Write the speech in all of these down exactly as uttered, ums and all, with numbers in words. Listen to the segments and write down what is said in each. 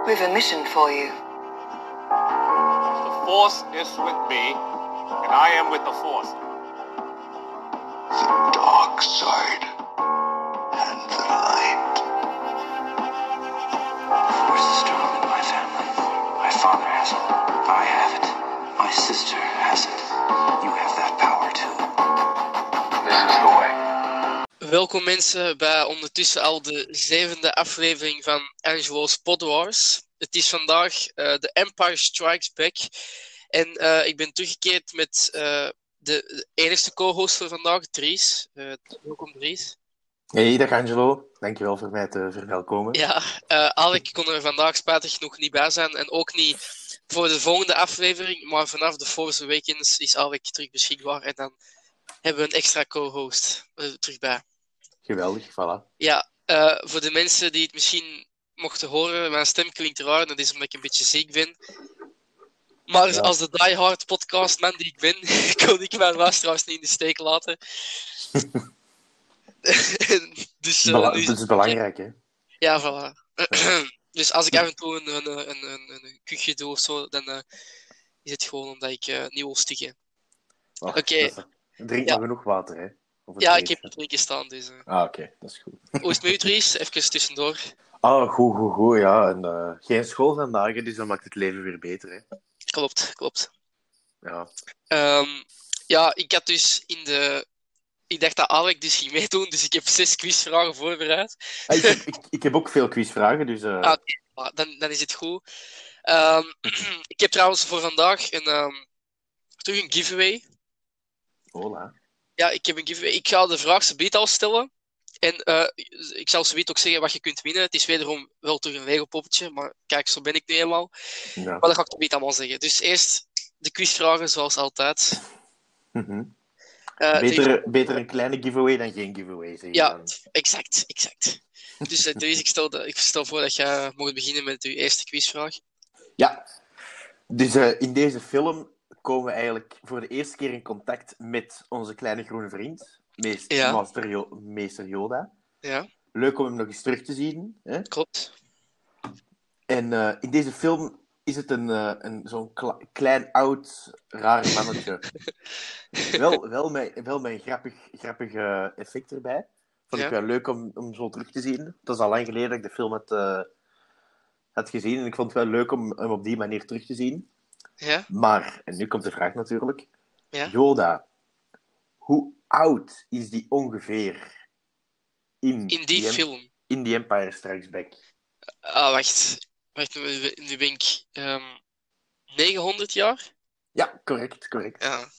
We've a mission for you. The Force is with me, and I am with the Force. The dark side and the light. The Force is strong in my family. My father has it. I have it. My sister has it. You have that power too. This is the way. Welkom mensen bij ondertussen al de zevende aflevering van Angelo's Pod Wars. Het is vandaag uh, The Empire Strikes Back. En uh, ik ben teruggekeerd met uh, de, de enigste co-host voor vandaag, Dries. Uh, welkom Dries. Hey, dag Angelo. Dankjewel voor mij te verwelkomen. Ja, uh, Alec kon er vandaag spijtig nog niet bij zijn. En ook niet voor de volgende aflevering. Maar vanaf de Force Awakens is Alec terug beschikbaar. En dan hebben we een extra co-host uh, terug bij. Geweldig, voilà. Ja, uh, voor de mensen die het misschien mochten horen, mijn stem klinkt raar, dat is omdat ik een beetje ziek ben. Maar ja. Als de diehard podcastman die ik ben, kon ik mijn luisteraars niet in de steek laten. dus, uh, Bela- nu... Dat is belangrijk, hè? Ja, voilà. Dus als ik af en toe een, een, een, een, een kuchje doe of zo, dan uh, is het gewoon omdat ik uh, niet wil stikken. Oké. Okay. Drink ja. maar genoeg water, hè? Ja, ik heb het drinken staan, dus... Uh... Ah, oké, okay. Dat is goed. Hoe is het met u, Dries? Even tussendoor. Ah, goed, goed, goed, ja. En, uh, geen school vandaag, dus dat maakt het leven weer beter, hè? Klopt, klopt. Ja. Um, ja, ik had dus in de... Ik dacht dat Alec dus ging meedoen, dus ik heb zes quizvragen voorbereid. Ah, ik, heb, ik, ik heb ook veel quizvragen, dus... Uh... Ah, okay. dan, dan is het goed. Um, ik heb trouwens voor vandaag een, um, terug een giveaway. Hola. Ja, ik heb een giveaway. Ik ga de vraag subiet al stellen. En uh, ik zal subiet ook zeggen wat je kunt winnen. Het is wederom wel terug een Lego-poppetje, maar kijk, zo ben ik nu eenmaal. Ja. Maar dat ga ik subiet allemaal zeggen. Dus eerst de quizvragen, zoals altijd. Mm-hmm. Uh, beter, de... beter een kleine giveaway dan geen giveaway, zeg je Ja, dan. exact, exact. Dus uh, Dries, ik stel, de, ik stel voor dat je mag beginnen met uw eerste quizvraag. Ja. Dus uh, in deze film komen we eigenlijk voor de eerste keer in contact met onze kleine groene vriend, meest, ja. Master Yo- meester Yoda. Ja. Leuk om hem nog eens terug te zien. Hè? Klopt. En uh, in deze film is het een, uh, een, zo'n kla- klein, oud, raar mannetje. wel, wel, met, wel met een grappig, grappig uh, effect erbij. Vond ja. ik wel leuk om, om zo terug te zien. Het was al lang geleden dat ik de film had, uh, had gezien. En ik vond het wel leuk om hem op die manier terug te zien. Ja. Maar, en nu komt de vraag natuurlijk. Ja. Yoda, hoe oud is die ongeveer in, in die The film? Em- in The Empire Strikes Back? Ah, wacht. Wacht, nu ben ik um, negenhonderd jaar? Ja, correct, correct. Ja.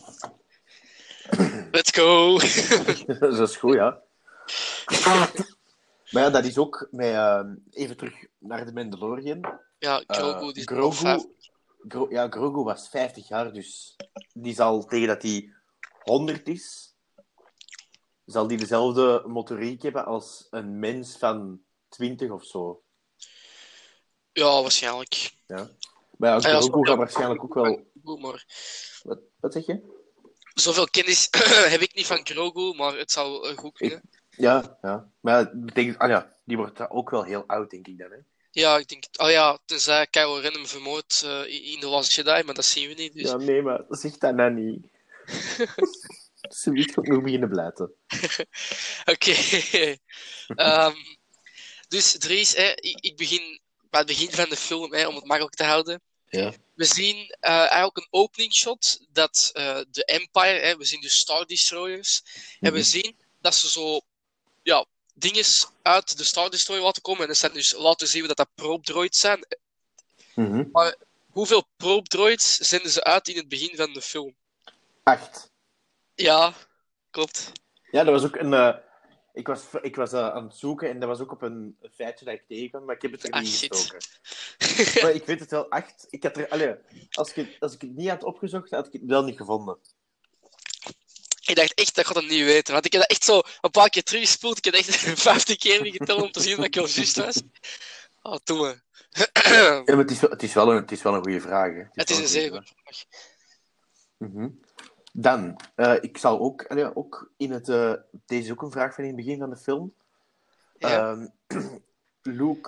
Let's go! Dat is goed, ja. Maar ja, dat is ook met, uh, even terug naar de Mandalorian. Ja, Grogu. Uh, die Grogu, Gro- ja, Grogu was vijftig jaar, dus die zal tegen dat hij honderd is, zal die dezelfde motoriek hebben als een mens van twintig of zo. Ja, waarschijnlijk. Ja. Maar ja, Ah, ja, Grogu zo- gaat waarschijnlijk ook wel... Maar Wat, wat zeg je? zoveel kennis heb ik niet van Grogu, maar het zou uh, goed kunnen. Ja, ja. Maar ja, dat betekent... Ah ja, die wordt ook wel heel oud, denk ik dan, hè? Ja, ik denk... Oh ja, tenzij Kylo Ren hem vermoordt uh, in The Last Jedi, maar dat zien we niet. Dus... Ja, nee, maar zeg dat nou niet. Ze weet ook nog beginnen blijten. Oké. Okay. um, dus Dries, hè, ik, ik begin bij het begin van de film, hè, om het makkelijk te houden. Ja. We zien uh, eigenlijk een opening shot dat uh, de Empire, hè, we zien dus Star Destroyers, mm-hmm. en we zien dat ze zo ja, dingen uit de Star Destroyer laten komen. En dat zijn dus laten zien dat dat probe droids zijn. Mm-hmm. Maar hoeveel probe droids zenden ze uit in het begin van de film? Acht. Ja, klopt. Ja, dat was ook een... Uh, ik was, ik was uh, aan het zoeken en dat was ook op een feitje dat ik tegenkwam, maar ik heb het er ah, niet shit. gestoken. Maar ik weet het wel, acht. Ik had er... Allee, als, ik, als ik het niet had opgezocht, had ik het wel niet gevonden. Ik dacht echt, dat gaat hem niet weten. Want ik heb dat echt zo een paar keer teruggespoeld. Ik heb echt vijftien keer niet geteld om te zien dat ik wel juist was. Oh, doe me. Ja, maar het is wel, het is wel, een, het is wel een goede vraag. Hè. Het Het is een zeer goede vraag. vraag. Mm-hmm. Dan, uh, ik zal ook, allee, ook in het... Uh, deze is ook een vraag van in het begin van de film. Ja. Um, Luke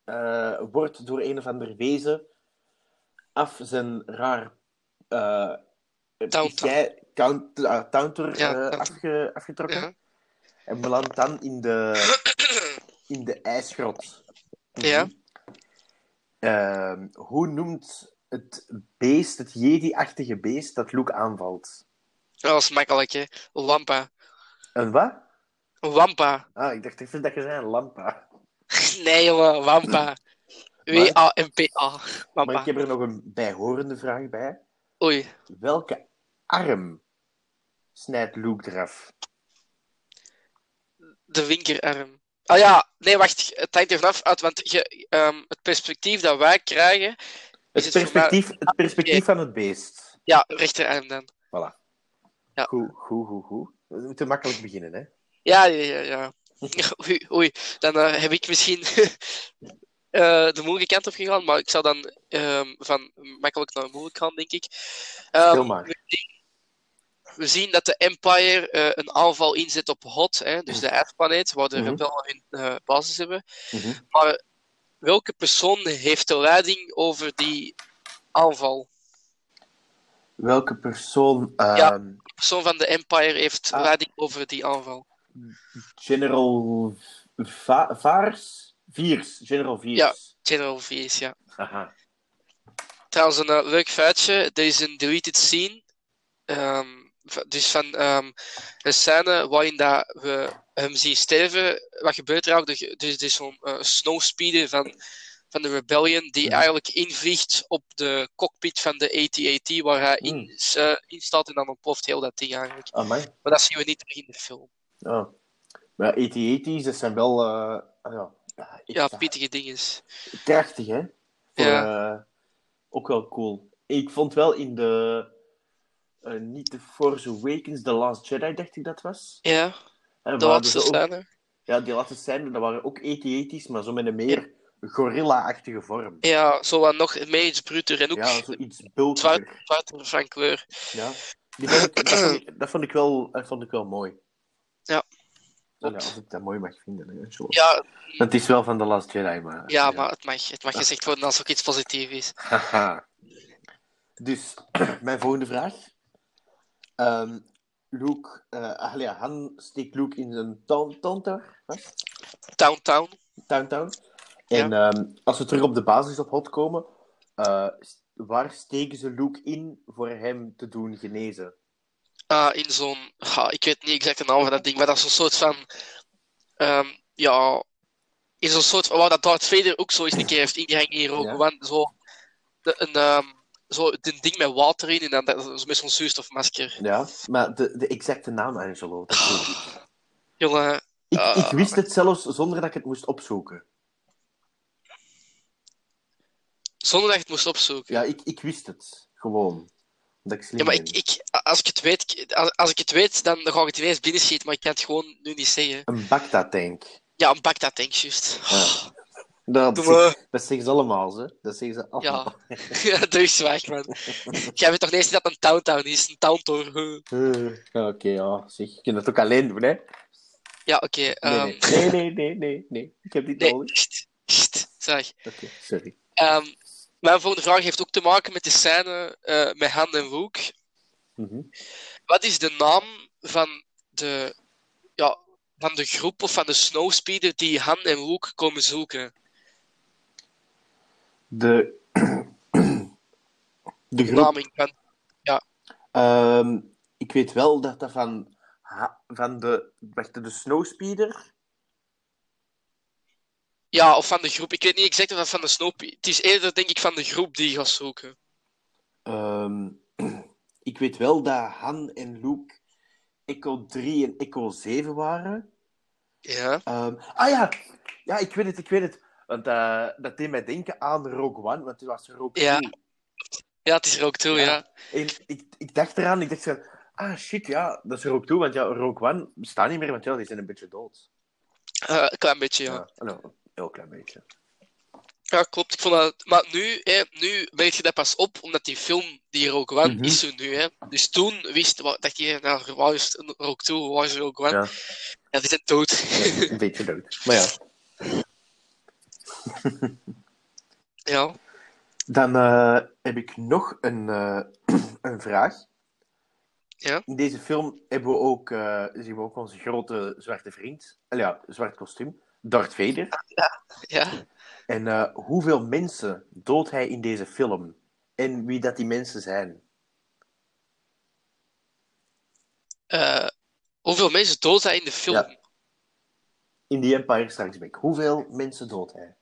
uh, wordt door een of ander wezen af zijn raar uh, Downtown. count, uh, counter Ja, uh, counter. afge, afgetrokken. Ja. En belandt dan in de, in de ijsgrot. Ja. Uh, hoe noemt het beest, het Jedi-achtige beest, dat Luke aanvalt? Dat is makkelijk, hè. Wampa. Een wat? Wampa. Ah, ik dacht even dat je zei een lampa. Nee, jongen, Wampa. W A M P A. Wampa. Maar ik heb er nog een bijhorende vraag bij. Oei. Welke arm snijdt Luke eraf? De winkerarm. Ah ja, nee, wacht. Het hangt er vanaf uit, want je, um, het perspectief dat wij krijgen... Het, het perspectief, mij... het perspectief van het beest. Ja, rechterarm dan. Voilà. Ja. Goed, goed, goed, goed. We moeten makkelijk beginnen, hè? Ja, ja, ja. ja. Oei, oei. Dan uh, heb ik misschien uh, de moeilijke kant op gegaan, maar ik zou dan um, van makkelijk naar moeilijk gaan, denk ik. Um, Stil maar. We zien, we zien dat de Empire uh, een aanval inzet op Hot, hè, dus de ijsplaneet, waar de Mm-hmm. rebellen hun uh, basis hebben. Mm-hmm. Maar welke persoon heeft de leiding over die aanval? Welke persoon... Uh, Ja. De persoon van de Empire heeft ah. leiding over die aanval. General Va- Vaars? Viers. General Viers. Ja. General Viers, ja. Aha. Trouwens, een uh, leuk feitje. Er is een deleted scene. Um, dus van um, een scène waarin dat we hem zien sterven. Wat gebeurt er ook? Dus er is zo'n uh, snowspeeder van, van de Rebellion die mm. eigenlijk invliegt op de cockpit van de A T A T waar hij mm. in, uh, in staat en dan ontploft heel dat ding eigenlijk. Amai. Maar dat zien we niet terug in de film. Oh. Maar A T A T's, dat zijn wel... Uh, ja, ja, ja pittige dingen. Krachtig, hè? Voor, ja. Uh, ook wel cool. Ik vond wel in de... Uh, niet The Force Awakens, The Last Jedi, dacht ik dat was. Ja, en de laatste ook, scène. Ja, die laatste scène, dat waren ook A T A T's, maar zo met een meer ja. gorilla-achtige vorm. Ja, zo wat nog meer iets bruter en ook... Ja, zoiets bulkiger. Zwarter van kleur. Ja, die vond ik, dat, vond ik, dat, vond ik wel, dat vond ik wel mooi. Ja. Ja, als ik dat mooi mag vinden. Hè, zo. Ja. Het is wel van The Last Jedi, maar... Ja, ja. maar het mag, het mag gezegd worden als ook iets positiefs is. Haha. Dus, mijn volgende vraag. Um, Luke... Uh, ach, ja, Han steekt Luke in zijn town, town tower, wat? Town Town. Town Town. En ja. um, als we terug op de basis op Hot komen, uh, waar steken ze Luke in voor hem te doen genezen? Uh, in zo'n... Uh, ik weet niet exact de naam van dat ding, maar dat is een soort van... Um, ja... In zo'n soort van... Waar dat Darth Vader ook zo eens een keer heeft ingehangen in Rogue One. Ja. Zo... De, een... Um, Zo een ding met water in en dan met zo'n zuurstofmasker. Ja, maar de, de exacte naam, Angelo, dat weet ik. Oh, jongen... Ik, uh, ik wist het zelfs zonder dat ik het moest opzoeken. Zonder dat je het moest opzoeken? Ja, ik, ik wist het. Gewoon. Dat ik slim ja, maar ben. ik, ik, als, ik het weet, als, als ik het weet, dan, dan ga ik het ineens binnenschieten, maar ik kan het gewoon nu niet zeggen. Een Bacta-tank. Ja, een Bacta-tank, juist. Ja. Dat, zeg, dat zeggen ze allemaal, hè. Dat zeggen ze allemaal. Ja, ja dat is waar, man. Jij weet toch niet eens dat het een Town-Town is? Een Town-Town. Uh, Oké, okay, ja, zeg. Je kunt het ook alleen doen, hè. Ja, oké. Okay, um... um... nee, nee, nee, nee, nee. Ik heb dit nee, nodig. Sst, sst, zeg. Oké, okay, sorry. Um, mijn volgende vraag heeft ook te maken met de scène uh, met Han en Luke. Mm-hmm. Wat is de naam van de, ja, van de groep of van de snowspeeder die Han en Luke komen zoeken? De... de groep... Naming van... Ja. Um, ik weet wel dat dat van... van de... Wacht, de snowspeeder... Ja, of van de groep. Ik weet niet exact of dat van de snowspeeder... Het is eerder, denk ik, van de groep die gaat zoeken. Um, ik weet wel dat Han en Luke Echo drie en Echo zeven waren. Ja. Um, ah ja! Ja, ik weet het, ik weet het. Want uh, dat deed mij denken aan Rogue One, want het was Rogue ja. twee. Ja, het is Rogue twee, ja. ja. En ik, ik dacht eraan, ik dacht van... Ah, shit, ja, dat is Rogue twee, want ja, Rogue One bestaat niet meer, want ja, die zijn een beetje dood. Uh, een klein beetje, ja. ja no, een heel klein beetje. Ja, klopt. Ik vond dat... Maar nu, hè, nu merk je dat pas op, omdat die film, die Rogue One, mm-hmm. is er nu. Hè. Dus toen wist dacht je, nou, waar is Rogue twee, waar is Rogue One? Ja, ja die zijn dood. Ja, een beetje dood. Maar ja. Ja. Dan uh, heb ik nog een, uh, een vraag. Ja. In deze film hebben we ook, uh, zien we ook onze grote zwarte vriend. Uh, ja, zwart kostuum. Darth Vader. Ja. Ja. En uh, hoeveel mensen doodt hij in deze film? En wie dat die mensen zijn? Uh, hoeveel mensen doodt hij in de film? Ja. In The Empire Strikes Back. Hoeveel mensen doodt hij?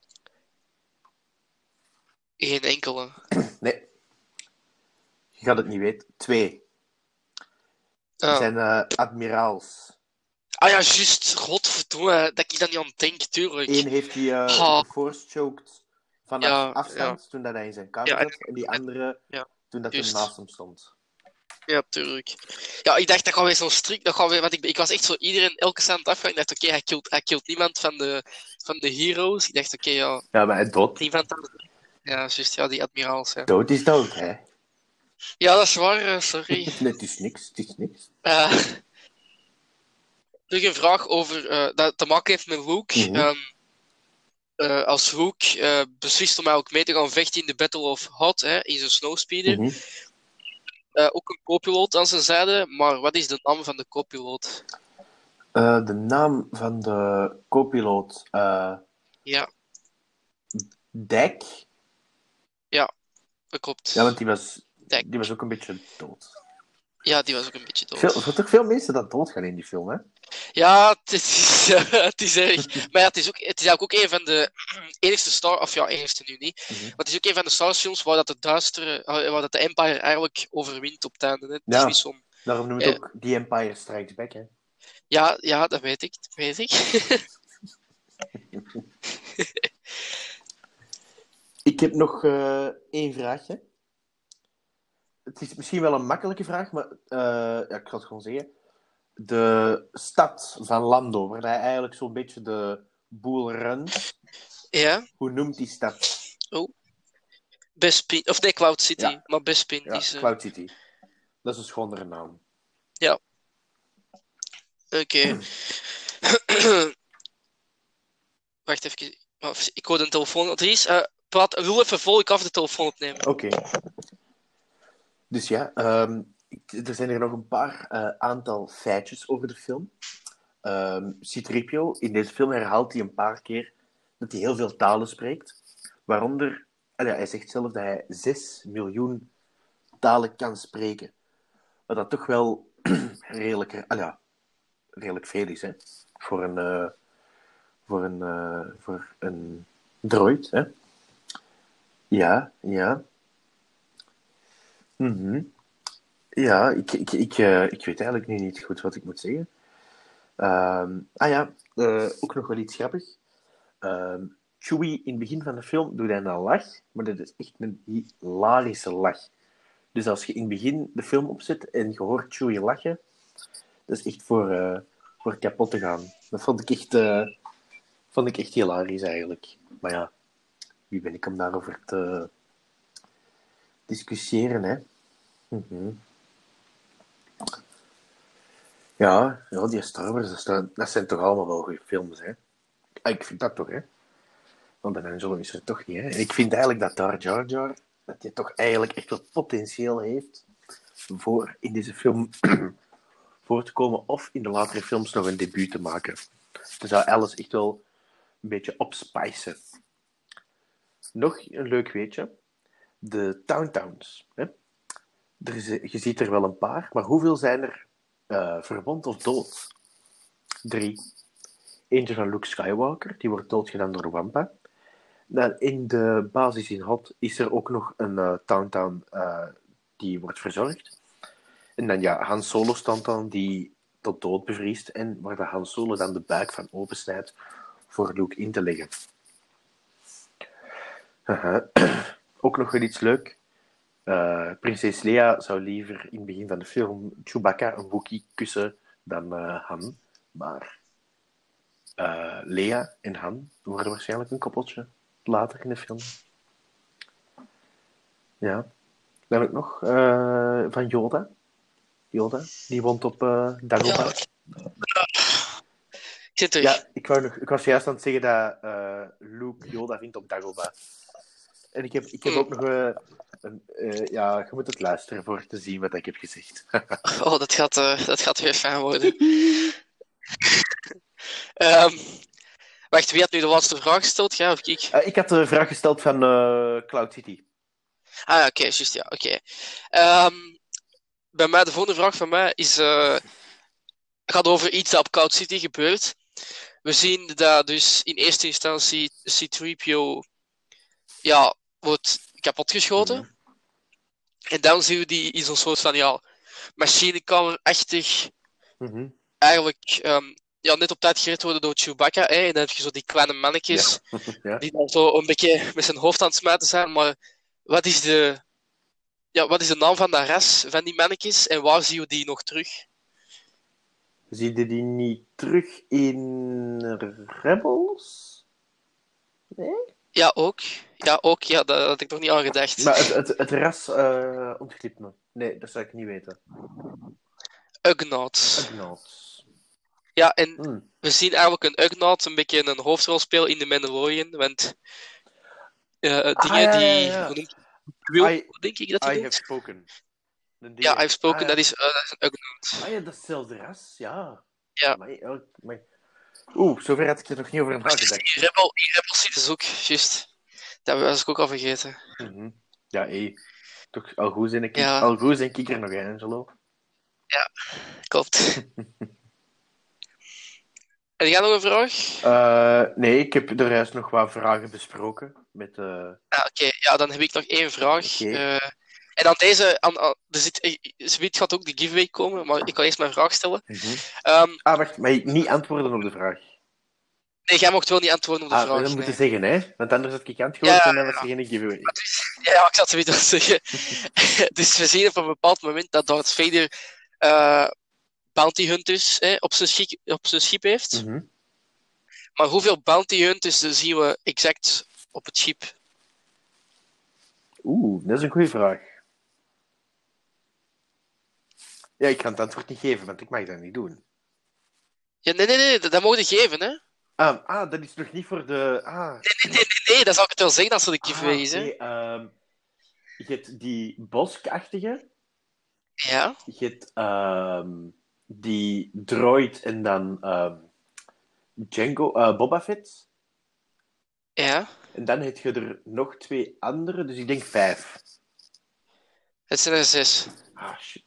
Geen enkele. Nee. Je gaat het niet weten. Twee. Oh. Die zijn uh, admiraals. Ah ja, juist. Godverdomme, dat ik dat niet aan denk, tuurlijk. Eén heeft hij uh, oh. geforce-choked vanaf ja, afstand, ja. toen dat hij in zijn kamer ja, zat. En die andere, ja, toen dat hij naast hem stond. Ja, tuurlijk. Ja, ik dacht, dat gaan we zo'n strik... Dat gaan we, want ik, ik was echt zo iedereen, elke stand afgaan. Ik dacht, oké, okay, hij, killt, hij killt niemand van de, van de heroes. Ik dacht, oké, okay, ja... Ja, maar hij dood. Niemand aan de... Ja, juist, ja, die admiraals, ja. Dood is dood, hè? Ja, dat is waar, uh, sorry. Nee, het is niks, het is niks. Uh, terug een vraag over... Uh, dat te maken heeft met Luke. Mm-hmm. Um, uh, als Luke uh, beslist om ook mee te gaan vechten in de Battle of Hoth, hè, in zijn snowspeeder... Mm-hmm. Uh, ook een co-piloot aan zijn zijde, maar wat is de naam van de co-piloot? Uh, de naam van de co-piloot... Uh... Ja. Dek? Ja, dat klopt. Ja, want die was, Dek. die was ook een beetje dood. Ja, die was ook een beetje dood. Veel, er zijn toch veel mensen dat doodgaan in die film, hè? Ja, het is, uh, het is erg. Maar ja, het is, ook, het is eigenlijk ook een van de enigste Star... Of ja, enigste nu niet. Mm-hmm. Maar het is ook een van de Star Wars films waar dat de duistere... Waar dat de Empire eigenlijk overwint op het einde. Hè. Het ja, is niet zo'n... daarom noemen we het uh, ook The Empire Strikes Back, hè? Ja, ja, dat weet ik. Dat weet ik. Ik heb nog uh, één vraagje. Het is misschien wel een makkelijke vraag, maar uh, ja, ik ga het gewoon zeggen. De stad van Lando, waar hij eigenlijk zo'n beetje de boel runt. Ja? Hoe noemt die stad? Oh. Bespin, of nee, Cloud City. Ja. Maar Bespin ja, is... Uh... Cloud City. Dat is een schonere naam. Ja. Oké. Okay. Wacht even. Ik hoor een telefoon. Dries, uh, praat, wil even vol, ik af de telefoon opnemen. Oké. Okay. Dus ja, um, er zijn er nog een paar uh, aantal feitjes over de film. Um, C drie P O, in deze film herhaalt hij een paar keer dat hij heel veel talen spreekt. Waaronder, uh, hij zegt zelf dat hij zes miljoen talen kan spreken. Wat dat toch wel redelijk, uh, ja, redelijk veel is, hè. Voor een, uh, voor een, uh, voor een droid, hè. Ja, ja. Mm-hmm. Ja, ik, ik, ik, uh, ik weet eigenlijk nu niet goed wat ik moet zeggen. Um, ah ja, uh, ook nog wel iets grappig. Um, Chewie, in het begin van de film, doet hij een lach, maar dat is echt een hilarische lach. Dus als je in het begin de film opzet en je hoort Chewie lachen, dat is echt voor, uh, voor kapot te gaan. Dat vond ik echt, uh, vond ik echt hilarisch eigenlijk. Maar ja, wie ben ik om daarover te discussiëren, hè? Mm-hmm. Ja, ja, die Star Wars, dat zijn, dat zijn toch allemaal wel goede films, hè? Ik vind dat toch, hè? Want Ben Angelo is er toch niet, hè? En ik vind eigenlijk dat Jar Jar Jar, dat hij toch eigenlijk echt wat potentieel heeft voor in deze film voor te komen of in de latere films nog een debuut te maken. Dus zou alles echt wel een beetje opspicen. Nog een leuk weetje. De Town Towns, hè? Er is, je ziet er wel een paar, maar hoeveel zijn er uh, verwond of dood? Drie. Eentje van Luke Skywalker, die wordt doodgedaan door Wampa. Dan in de basis in Hoth is er ook nog een uh, Town Town uh, die wordt verzorgd. En dan ja, Han Solo stand dan die tot dood bevriest en waar de Han Solo dan de buik van opensnijdt voor Luke in te leggen. Uh-huh. Ook nog wel iets leuk. Uh, prinses Leia zou liever in het begin van de film Chewbacca een Wookiee kussen dan uh, Han. Maar uh, Leia en Han worden waarschijnlijk een koppeltje later in de film. Ja. Dan heb ik nog uh, van Yoda. Yoda, die woont op uh, Dagobah. Ja. Ik zit terug. Ja, ik, wou nog, ik was juist aan het zeggen dat uh, Luke Yoda vindt op Dagobah. En ik heb, ik heb Mm. ook nog uh, een... Uh, ja, je moet het luisteren voor te zien wat ik heb gezegd. Oh, dat gaat, uh, dat gaat weer fijn worden. um, wacht, wie had nu de laatste vraag gesteld? Jij of ik? Uh, ik had de vraag gesteld van uh, Cloud City. Ah, oké, okay, juist, ja, oké. Okay. Um, bij mij, de volgende vraag van mij is... Uh, gaat over iets dat op Cloud City gebeurt. We zien dat dus in eerste instantie C drie P O ja, wordt kapotgeschoten. Mm-hmm. En dan zien we die in zo'n soort van ja, machinekamer-achtig mm-hmm. eigenlijk um, ja, net op tijd gered worden door Chewbacca. Hè? En dan heb je zo die kleine mannetjes ja. Ja. die dan zo een beetje met zijn hoofd aan het smijten zijn. Maar wat is de, ja, wat is de naam van dat ras van die mannetjes en waar zien we die nog terug? Zie je die niet terug in Rebels? Nee? Ja, ook. Ja, ook. Ja, dat had ik nog niet aan gedacht. Maar het, het, het ras uh, ontglipt me. Nee, dat zou ik niet weten. Ugnaughts. Ugnaughts. Ja, en hmm. we zien eigenlijk een Ugnaught een beetje een hoofdrol spelen in The Mandalorian, want uh, dingen ah, ja, die... Ja, ja. Wil, I, denk ik dat hij I doet. have spoken. Ja, I have spoken, ah, dat, is, uh, dat is een Ugnaught. Ah ja, dat is hetzelfde ras, ja. Ja. Maar, oh, maar... Oeh, zover had ik er nog niet over nagedacht. In Rebel, in Rebel zit dus ook, juist. Dat was ik ook al vergeten. Mm-hmm. Ja, hé. Toch al goed zijn, ik... ja. al goed zijn kikker nog, hè, Angelo? Ja, klopt. En jij nog een vraag? Uh, nee, ik heb er juist nog wat vragen besproken. Met, uh... ah, Oké, okay. Ja, dan heb ik nog één vraag. Okay. Uh, en aan deze... Aan, aan, er zit, zoiets gaat ook de giveaway komen, maar ik kan eerst mijn vraag stellen. Mm-hmm. Um, ah, wacht, maar niet antwoorden op de vraag. Nee, jij mocht wel niet antwoorden op de ah, vraag. Dat nee. moeten zeggen, hè? Want anders had ik antwoord ja, en dan was er geen giveaway. Dus, ja, ik zat het weer te zeggen. Dus we zien op een bepaald moment dat Darth Vader uh, bounty hunters hè, op, zijn schip, op zijn schip heeft. Mm-hmm. Maar hoeveel bounty hunters zien we exact op het schip? Oeh, dat is een goede vraag. Ja, ik kan het antwoord niet geven, want ik mag dat niet doen. Ja, nee, nee, nee, dat, dat mogen geven, hè? Ah, ah, dat is nog niet voor de... Ah. Nee, nee, nee, nee, nee, dat zou ik het wel zeggen als ze de giveaway ah, is, hè? Nee, um, je hebt die boskachtige. Ja. Je hebt um, die droid en dan um, Django, uh, Boba Fett. Ja. En dan heb je er nog twee andere, dus ik denk vijf. Het zijn er zes. Ah, shit.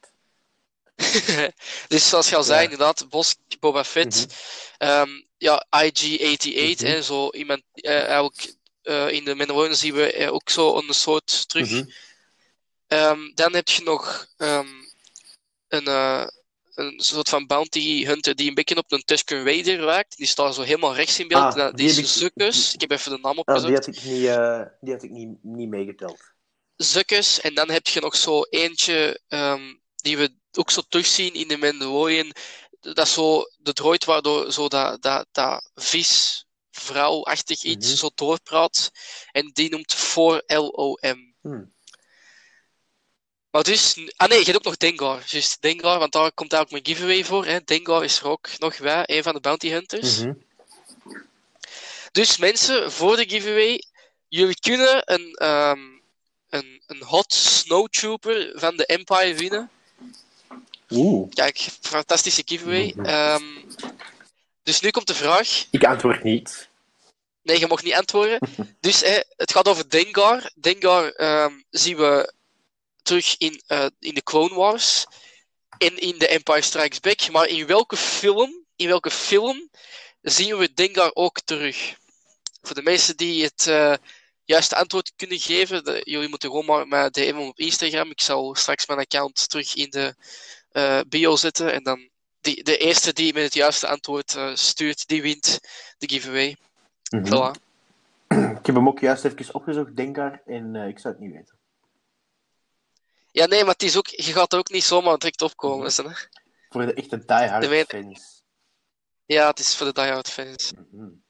Dus zoals je al zei, ja. inderdaad, Bosk, Boba Fett, mm-hmm. um, ja, I G achtenzeventig, mm-hmm. hè, zo iemand, uh, eigenlijk uh, in de Mandalorian zien we uh, ook zo een soort terug. Mm-hmm. Um, dan heb je nog um, een, uh, een soort van bounty hunter die een beetje op een Tusken Raider raakt. Die staat zo helemaal rechts in beeld. Ah, dat, die, die is Zuckus. Ik heb even de naam opgezocht. Ah, die had ik niet, uh, die had ik niet, niet meegeteld. Zuckus. En dan heb je nog zo eentje um, die we ook zo terugzien in de Mandalorian. Dat is zo de droid waardoor zo dat, dat, dat vis vrouwachtig iets mm-hmm. zo doorpraat. En die noemt four L O M. Hmm. Maar dus... Ah nee, je hebt ook nog Dengar. Juist, Dengar, want daar komt eigenlijk mijn giveaway voor. Hè. Dengar is er ook nog bij, een van de bounty hunters. Mm-hmm. Dus mensen, voor de giveaway, jullie kunnen een, um, een, een hot snowtrooper van de Empire winnen. Oeh. Kijk, fantastische giveaway. Mm-hmm. Um, dus nu komt de vraag. Ik antwoord niet. Nee, je mag niet antwoorden. Dus hè, het gaat over Dengar. Dengar um, zien we terug in, uh, in de Clone Wars en in The Empire Strikes Back. Maar in welke film, in welke film zien we Dengar ook terug? Voor de mensen die het uh, juiste antwoord kunnen geven, de, jullie moeten gewoon maar mij D M'en op Instagram. Ik zal straks mijn account terug in de uh, bio zetten en dan die, de eerste die met het juiste antwoord uh, stuurt, die wint de giveaway. Mm-hmm. Voilà. Ik heb hem ook juist even opgezocht, Dengar, en uh, ik zou het niet weten. Ja, nee, maar het is ook, je gaat er ook niet zomaar direct opkomen. Mm-hmm. Hè? Voor de echte diehard de weet... fans. Ja, het is voor de diehard fans. Mm-hmm.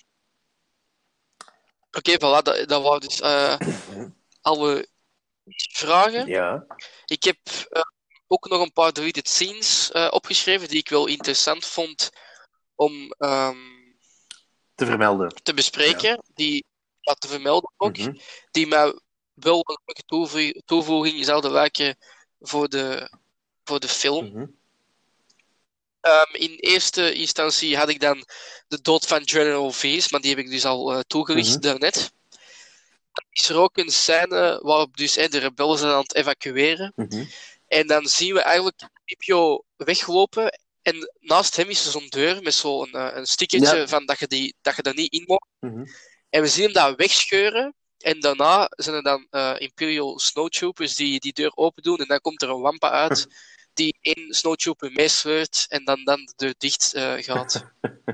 Oké, okay, voilà, dat, dat waren dus uh, alle vragen. Ja. Ik heb uh, ook nog een paar deleted scenes uh, opgeschreven die ik wel interessant vond om ehm, Te vermelden. te bespreken, die ja, te vermelden ook, Mhm. die mij wel een leuke toevoeging, toevoeging zouden lijken voor de, voor de film. Mhm. Um, in eerste instantie had ik dan de dood van General Vees, maar die heb ik dus al uh, toegelicht Mhm. daarnet. Dan is er ook een scène waarop dus, eh, de rebellen zijn aan het evacueren. Mhm. En dan zien we eigenlijk Scipio weglopen. En naast hem is er zo'n deur met zo'n uh, een stickertje Ja. van dat je, die, dat je daar niet in mag. Mhm. En we zien hem dat wegscheuren. En daarna zijn er dan uh, Imperial Snowtroopers die die deur open doen. En dan komt er een wampa uit die één Snowtrooper meesleurt en dan, dan de deur dicht uh, gaat.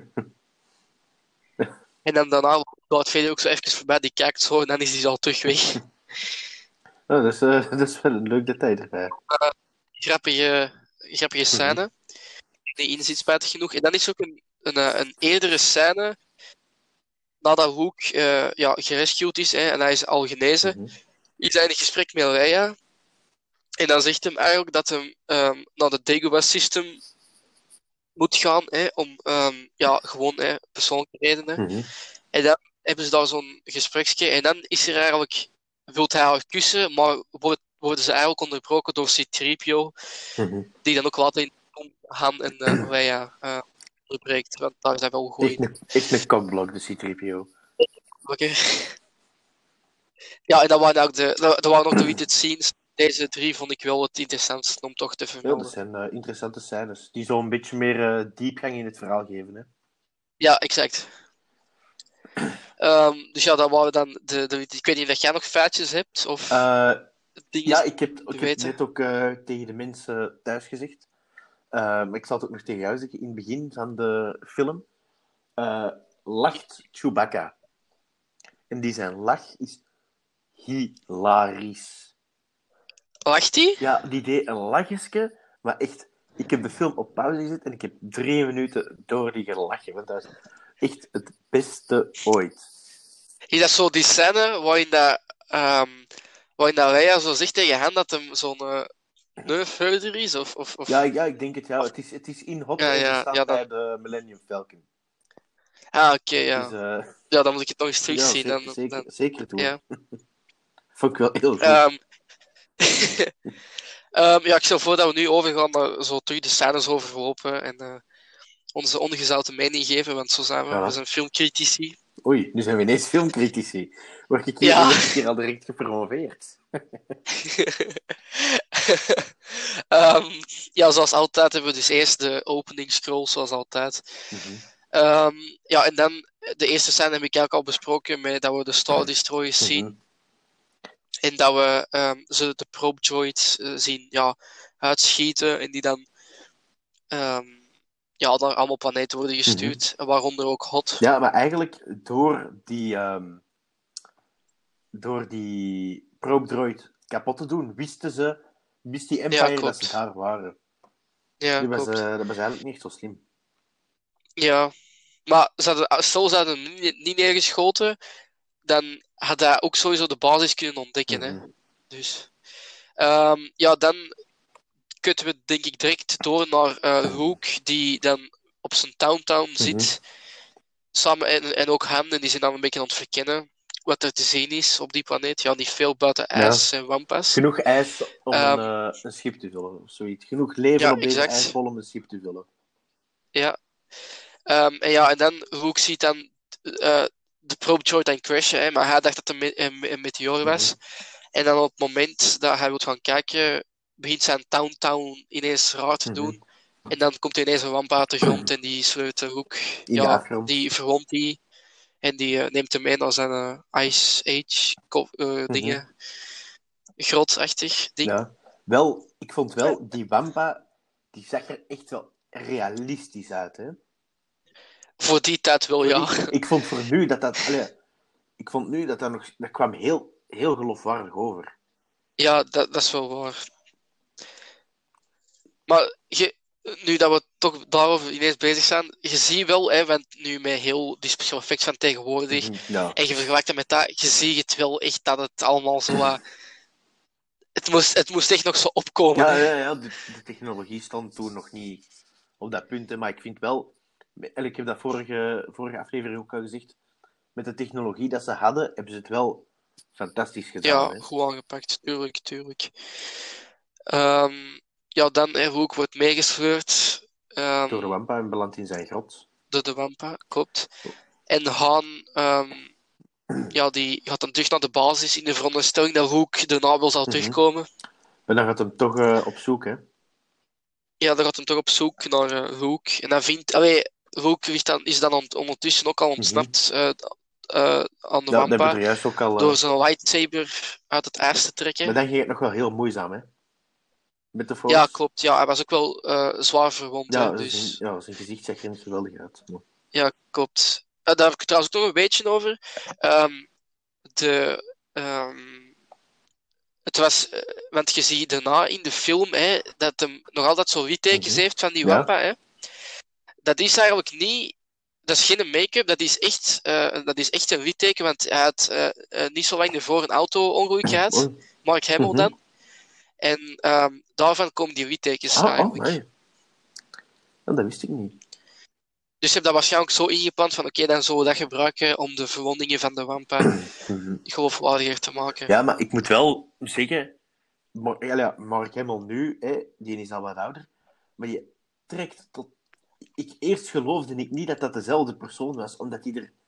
En dan daarna gaat Vader ook zo even voorbij, die kijkt zo en dan is hij al terug weg. Oh, dat, is, uh, dat is wel een leuk detail erbij. Uh, grappige, grappige scène. Mm-hmm. Die inzit spijtig genoeg. En dan is er ook een, een, een eerdere scène nadat Luke uh, ja, gerescued is hè, en hij is al genezen. Mm-hmm. Is hij in een gesprek met Leia. En dan zegt hem eigenlijk dat hij um, naar de Dagobah System moet gaan, hè, om um, ja, gewoon hè, persoonlijke redenen. Mm-hmm. En dan hebben ze daar zo'n gespreksje en dan is er eigenlijk, wil hij haar kussen, maar wordt, worden ze eigenlijk onderbroken door C drie P O, mm-hmm. die dan ook later in Han en uh, Leia uh, onderbreekt, want daar is hij wel goed in. Echt een cockblock, de C drie P O. Okay. Ja, en dat waren ook de, dat waren ook de deleted scenes. Deze drie vond ik wel het interessantste om toch te vermelden. Ja, dat zijn uh, interessante scènes. Die zo een beetje meer uh, diepgang in het verhaal geven. Hè? Ja, exact. um, dus ja, dat waren dan de, de... Ik weet niet of jij nog feitjes hebt? Of uh, dingen ja, ik heb, ik heb net ook uh, tegen de mensen thuis gezegd. Uh, maar ik zal het ook nog tegen jou zeggen. In het begin van de film uh, lacht Chewbacca. En die zijn lach is hilarisch. Lacht hij? Ja, die deed een lachjesje, maar echt, ik heb de film op pauze gezet en ik heb drie minuten door die gelachen, want dat is echt het beste ooit. Is dat zo die scène waarin dat, um, waarin dat Leia zo zegt tegen Han dat hem zo'n uh, neufhouder is? Of, of, of... Ja, ja, ik denk het ja. Het is, het is in Hot ja, en ja, staat ja, dan... bij de Millennium Falcon. Ah, oké, okay, ja. Dus, uh... ja, dan moet ik het nog eens terugzien. Ja, zeker, dan, zeker, dan... zeker doen. Ja. Vond ik wel heel goed. Um... um, ja, ik stel voor dat we nu overgaan naar zo terug de scènes overlopen en uh, onze ongezouten mening geven, want zo zijn we. Ja. We zijn filmcritici. Oei, nu zijn we ineens filmcritici. Word ik hier, ja. hier al direct gepromoveerd? um, ja, zoals altijd hebben we dus eerst de opening scroll, zoals altijd. Mm-hmm. Um, ja, en dan de eerste scène heb ik eigenlijk al besproken met dat we de Star Destroyers mm-hmm. zien. En dat we um, ze de probe droids uh, zien ja, uitschieten en die dan um, ja, naar allemaal planeten worden gestuurd, mm-hmm. waaronder ook Hot. Ja, maar eigenlijk door die, um, door die probe droid kapot te doen, wisten ze, wist die Empire ja, dat ze daar waren. Ja, dat was, klopt. Uh, dat was eigenlijk niet zo slim. Ja, maar ze hadden, stel ze hadden hem niet, niet neergeschoten, dan had hij ook sowieso de basis kunnen ontdekken. Mm-hmm. Hè? Dus, um, ja, dan kunnen we denk ik direct door naar uh, Luke, die dan op zijn Town-Town mm-hmm. zit. Samen en, en ook Han, en die zijn dan een beetje aan het verkennen wat er te zien is op die planeet. Ja, niet veel buiten ijs ja. en wampas. Genoeg ijs om um, een, uh, een schip te vullen, of zoiets. Genoeg leven ja, op deze exact. ijsbol om een schip te vullen. Ja. Um, en ja, en dan Luke ziet dan uh, de probe droid dan crashen, hè, maar hij dacht dat het een, een, een meteoor was. Mm-hmm. En dan op het moment dat hij wil gaan kijken, begint zijn Town-Town ineens raar te doen. Mm-hmm. En dan komt er ineens een wamp uit de grond en die sleurt de hoek. Ja, die verwondt die. En die uh, neemt hem mee naar zijn uh, Ice Age ko- uh, mm-hmm. dingen. Grootachtig ding. Ja. Wel, ik vond wel, die wampa, die zag er echt wel realistisch uit, hè? Voor die tijd wel, ja. Ik, ik vond voor nu dat dat... Allee, ik vond nu dat dat nog... Dat kwam heel, heel geloofwaardig over. Ja, dat, dat is wel waar. Maar je, nu dat we toch daarover ineens bezig zijn, je ziet wel, hè, want nu met heel die special effects van tegenwoordig, mm-hmm, ja. en je vergelijkt het met dat, je ziet het wel echt dat het allemaal zo... Uh, het, moest, het moest echt nog zo opkomen. Ja, ja, ja de, de technologie stond toen nog niet op dat punt, hè, maar ik vind wel... ik heb dat vorige, vorige aflevering ook al gezegd, met de technologie dat ze hadden, hebben ze het wel fantastisch gedaan. Ja, Hè? goed aangepakt, tuurlijk, tuurlijk. Ehm, ja, dan hè, Rook wordt meegesleurd ehm, Door de Wampa en belandt in zijn grot. door de Wampa, klopt. En Han, ehm, ja, die gaat dan terug naar de basis in de veronderstelling dat Rook daarna wel zal Mhm. terugkomen. Maar dan gaat hem toch uh, op zoek, hè? Ja, dan gaat hem toch op zoek naar uh, Rook. En hij vindt... Allee, Rook is dan, is dan ont- ondertussen ook al ontsnapt uh, uh, aan de Ja, dat hebben Wampa we er juist ook al... Uh... door zijn lightsaber uit het ijs te trekken. Maar dan ging het nog wel heel moeizaam, hè? Met de Force. Ja, klopt. Ja, hij was ook wel uh, zwaar verwond. Ja, hè, dus... zijn, ja, zijn gezicht zag er niet geweldig uit. Maar... Ja, klopt. Uh, daar heb ik trouwens ook nog een beetje over. Um, de... Um, het was... Uh, want je ziet daarna in de film hè, dat hem nog altijd zo littekens mm-hmm. heeft van die Ja. Wampa. Hè. Dat is eigenlijk niet... Dat is geen make-up, dat is echt, uh, dat is echt een litteken, want hij had uh, uh, niet zo lang ervoor een auto-ongeluk gehad. Oh. Mark Hamill Mm-hmm. dan. En um, daarvan komen die littekens Ah, eigenlijk. Oh, nee. Oh, dat wist ik niet. Dus je hebt dat waarschijnlijk zo ingepland van oké, okay, dan zullen we dat gebruiken om de verwondingen van de Wampa mm-hmm. geloofwaardiger te maken. Ja, maar ik moet wel zeggen... Mar- ja, Mark Hamill nu, hè, die is al wat ouder, maar je trekt tot... Ik, eerst geloofde ik niet dat dat dezelfde persoon was, omdat die er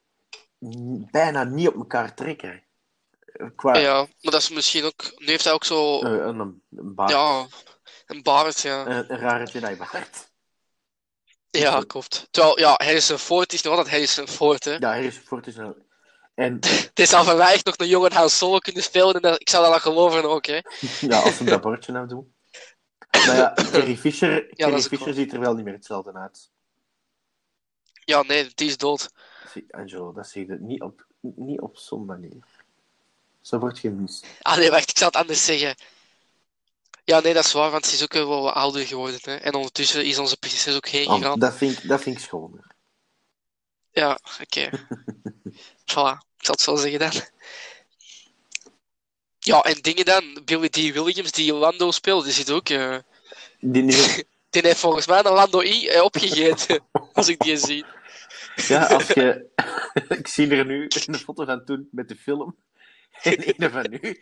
bijna niet op elkaar trekken. Qua... Ja, maar dat is misschien ook... Nu heeft hij ook zo... Uh, een, een baard. Ja, een baard, ja. Een, een rare Jedi-baard. Ja, klopt. Terwijl, ja, Harrison Ford is nog altijd Harrison Ford, hè. Ja, Harrison Ford is een... En... Het is al van mij echt nog een jonge Han Solo kunnen spelen, en dat, ik zou dat wel geloven ook, hè. Ja, als we dat bordje afdoen. Maar ja, Carrie Fisher, Ja, Carrie Fisher cool. ziet er wel niet meer hetzelfde uit. Ja, nee, die is dood. Zie, Angelo, dat zeg je niet op, niet op zo'n manier. Zo wordt gemist. Ah nee, wacht, ik zal het anders zeggen. Ja, nee, dat is waar, want ze is ook wel wat ouder geworden, hè. En ondertussen is onze prinses ook heen gegaan. Oh, dat, vind ik, dat vind ik schoner. Ja, oké. Okay. Voilà, ik zal het zo zeggen dan. Ja, en dingen dan. Billy D. Williams, die Lando speelt, die zit ook... Uh... Die, die... die heeft volgens mij een Lando I uh, opgegeten, als ik die zie. Ja, als je... ik zie er nu een foto van toen met de film. En een van nu.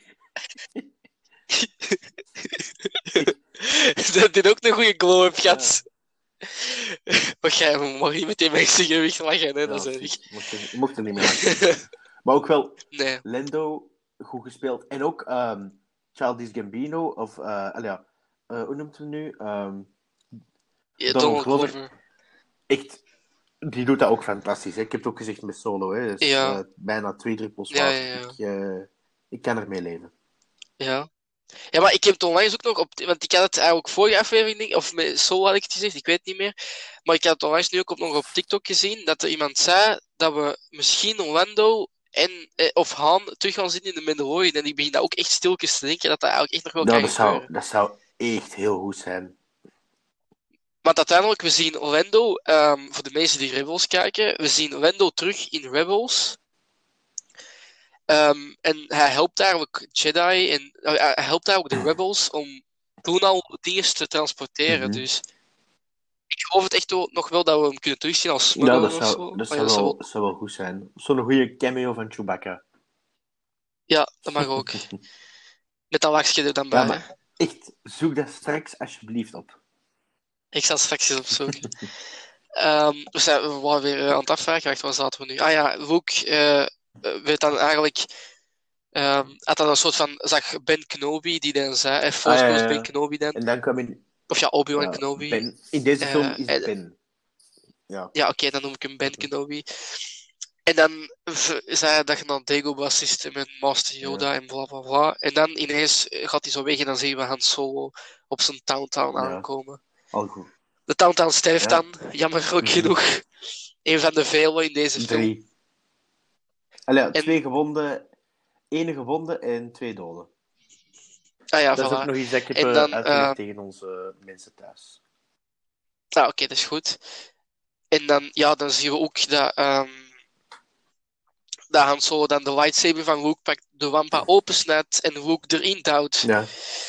Dat dit ook een goede glow heb gehad. Ja. Maar jij mag niet met die mensen gewicht lachen, hè? Ja, dat is echt... mocht, er, mocht er niet meer lachen. Maar ook wel nee. Lando, goed gespeeld. En ook um, Childish Gambino, of... Uh, ja, uh, hoe noemt hem nu? Um, ja, Donald, Donald Glover. Glover. Echt, die doet dat ook fantastisch. Hè? Ik heb het ook gezegd met Solo. Hè? Dus, ja. uh, bijna twee druppels ja, water. ja, ja. Ik, uh, ik kan ermee leven. Ja. Ja, maar ik heb het onlangs ook nog op... Want ik had het eigenlijk vorige aflevering, of met Solo had ik het gezegd, ik weet het niet meer. Maar ik had het onlangs nu ook op, nog op TikTok gezien, dat er iemand zei dat we misschien Lando en, eh, of Han terug gaan zien in de Mandalorian. En ik begin dat ook echt stilletjes te denken, dat dat eigenlijk echt nog wel Nou, kan dat gebeuren. zou, dat zou echt heel goed zijn. Want uiteindelijk, we zien Lando, um, voor de mensen die Rebels kijken, we zien Lando terug in Rebels. Um, en hij helpt eigenlijk Jedi en uh, hij helpt eigenlijk de Rebels om toen al dingen te transporteren. Mm-hmm. Dus ik geloof het echt wel, nog wel dat we hem kunnen terugzien als smuggler ja, dat of zou, zo. Dat, ja, zou, dat wel, zou wel... zou wel goed zijn. Zo'n goede cameo van Chewbacca. Ja, dat mag ook. Met dat lachje er dan bij. Ja, maar echt, zoek dat straks alsjeblieft op. Ik zal straks eens opzoeken. um, we, zijn, we waren weer uh, aan het afvragen. Wacht, waar zaten we nu? Ah ja, Luke uh, werd dan eigenlijk... Um, had dan een soort van... Zag Ben Kenobi, die dan zei... Eh, Force ah, ja, ja, ja. Ben Kenobi dan. En dan kwam in... Of ja, Obi-Wan ja, Kenobi. Ben. In deze film uh, is het uh, Ben. Ja, ja oké, okay, dan noem ik hem Ben Kenobi. En dan zei hij dat je naar Dagobah systeem met Master Yoda ja. en bla bla bla. En dan ineens gaat hij zo weg en dan zien we Han Solo op zijn Tauntaun ja. aankomen. Al goed. De Tauntaun sterft ja. dan, jammer ook genoeg. Een van de vele in deze film. Drie. Allee, en... twee gewonden, één gewonde en twee doden. Ah ja, dat voilà. is ook nog iets dat ik heb en dan, uitgelegd uh... tegen onze mensen thuis. Ah, oké, okay, dat is goed. En dan, ja, dan zien we ook dat... Um, dat Han Solo dan de lightsaber van Luke pakt, de Wampa opensnijdt en Luke erin duwt. Ja.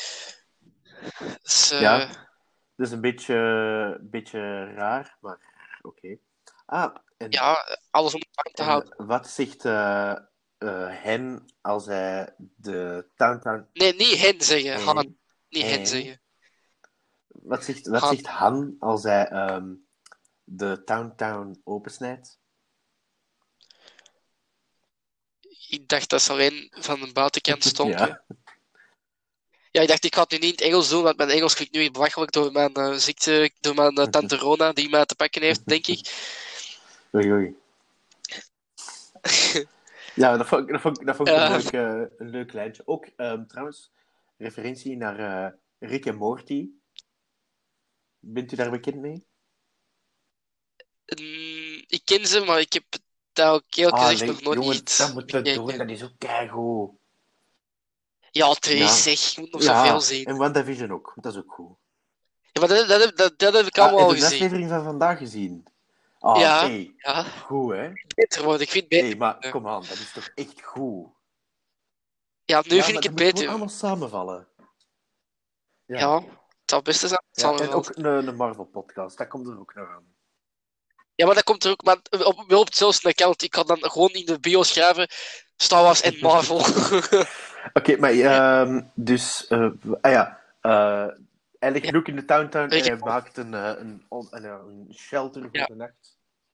Dus, uh... ja, dat is een beetje, beetje raar, maar Oké. Ah, en, Ja, alles om het warm te en houden. wat zegt eh eh, hen als hij de Towntown... Nee, niet hen zeggen. Hen? Han. Niet hen Hen? zeggen. Wat zegt, wat Han. zegt Han als hij ehm, de Towntown opensnijdt? Ik dacht dat ze alleen van de buitenkant stond. Ja. Ja, ik dacht, ik ga het nu niet in het Engels doen, want mijn Engels klinkt nu belachelijk door mijn eh, ziekte, door mijn eh, tante Rona, die mij te pakken heeft, denk ik. Oei, oei. Ja, dat vond, ik- dat vond, ik- dat vond ik een, Eh. leuk, eh, een leuk lijntje. Ook, ehm, trouwens, referentie naar eh, Rick en Morty. Bent u daar bekend mee? Mm, ik ken ze, maar ik heb dat ook eerlijk gezegd nee, nog nooit jongen, echt dat moeten we bekeken. doen. Dat is ook keigoed. Ja, Trace, Ja. zeg, je moet nog Ja, zoveel zien. en WandaVision ook. Dat is ook goed. Ja, maar dat, dat, heb- dat, dat heb ik Ah, allemaal heb al je de gezien. aflevering van vandaag gezien? Ah, Ja. hey. Ja, Goed, hè? beter worden. Ik vind het beter. Nee, maar kom aan. Dat is toch echt goed? Ja, nu Ja, vind maar ik het dat moet gewoon beter. allemaal samenvallen. Ja, het zou best zijn. Het Ja, zal en wel. ook een, een Marvel-podcast. Dat komt er ook nog aan. Ja, maar dat komt er ook. Maar op, wel op hetzelfde account. Ik kan dan gewoon in de bio schrijven Star Wars en Marvel. Oké, maar ehm, dus, eh, ah ja, eh hij ligt Ja. Luke in de Towntown en Weet je- hij maakt een, eh, een, on- een, eh, een shelter voor Ja. de nacht.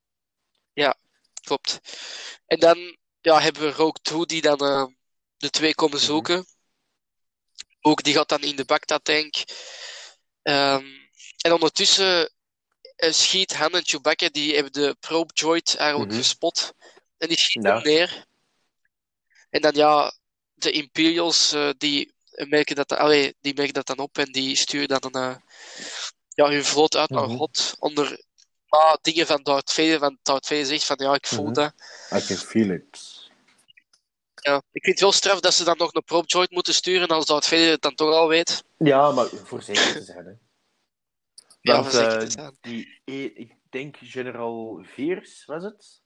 Klopt. En dan ja, hebben we Rogue twee die dan eh, de twee komen Mhm. zoeken. Ook die gaat dan in de Baghdad-tank. Ehm, en ondertussen eh, schiet Han en Chewbacca, die hebben de probe droid eigenlijk Mhm. gespot. En die schieten Ja. hem neer. En dan ja, de Imperials, eh, die merken dat, allee, die merken dat dan op en die sturen dan een, eh, ja, hun vloot uit naar Mhm. Hot. Onder ah, dingen van Darth Vader. Van Darth Vader zegt van ja, ik voel Mhm. dat. I can feel it. Ja, ik vind het wel straf dat ze dan nog een probe droid moeten sturen als Darth Vader het dan toch al weet. Ja, maar voor zeker te zijn, hè. Ja, Want, voor zeker eh, te zijn. die, e- ik denk General Veers, was het?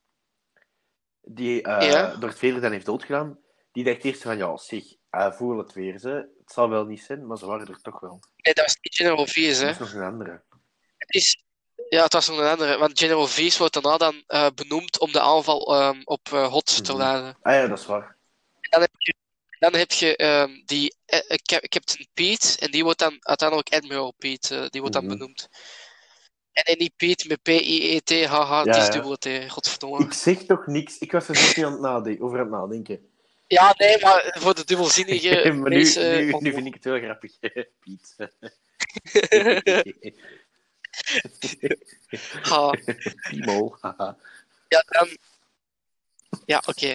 Die eh Ja. door het Vader dan heeft doodgedaan. Die dacht eerst van, ja, zeg, hij voel het weer, ze. Het zal wel niet zijn, maar ze waren er toch wel. Nee, dat was niet General Vies, hè. Dat is nog een andere. Het is... Ja, het was nog een andere. Want General Vies wordt daarna dan eh, benoemd om de aanval ehm, op eh, Hot te Mhm. leiden. Ah ja, dat is waar. Dan heb je, dan heb je ehm, die eh, eh, Cap- Captain Pete, en die wordt dan uiteindelijk Admiral Pete, eh, die wordt dan Mhm. benoemd. En, en die Pete met P I E T, haha, Ja, die is ja. dubbele T, godverdomme. Ik zeg toch niks. Ik was er niet aan het nadenken, over aan het nadenken. Ja, nee, maar voor de dubbelzinnige maar nu, mensen... nu, oh, nu vind ik het heel grappig, Piet. ha. Piemol, haha. Ja, dan... Ja, oké.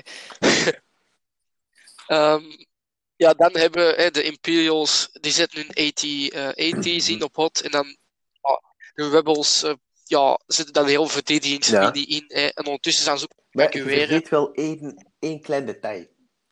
Ehm, ja, dan hebben we hè, de Imperials, die zetten hun eighty, eh, eighties in op Hot. En dan ja, de Rebels eh, ja, zetten dan heel verdedigingslinie in. Hè, en ondertussen zijn ze ook Maar je evacueren. vergeet wel één, één klein detail.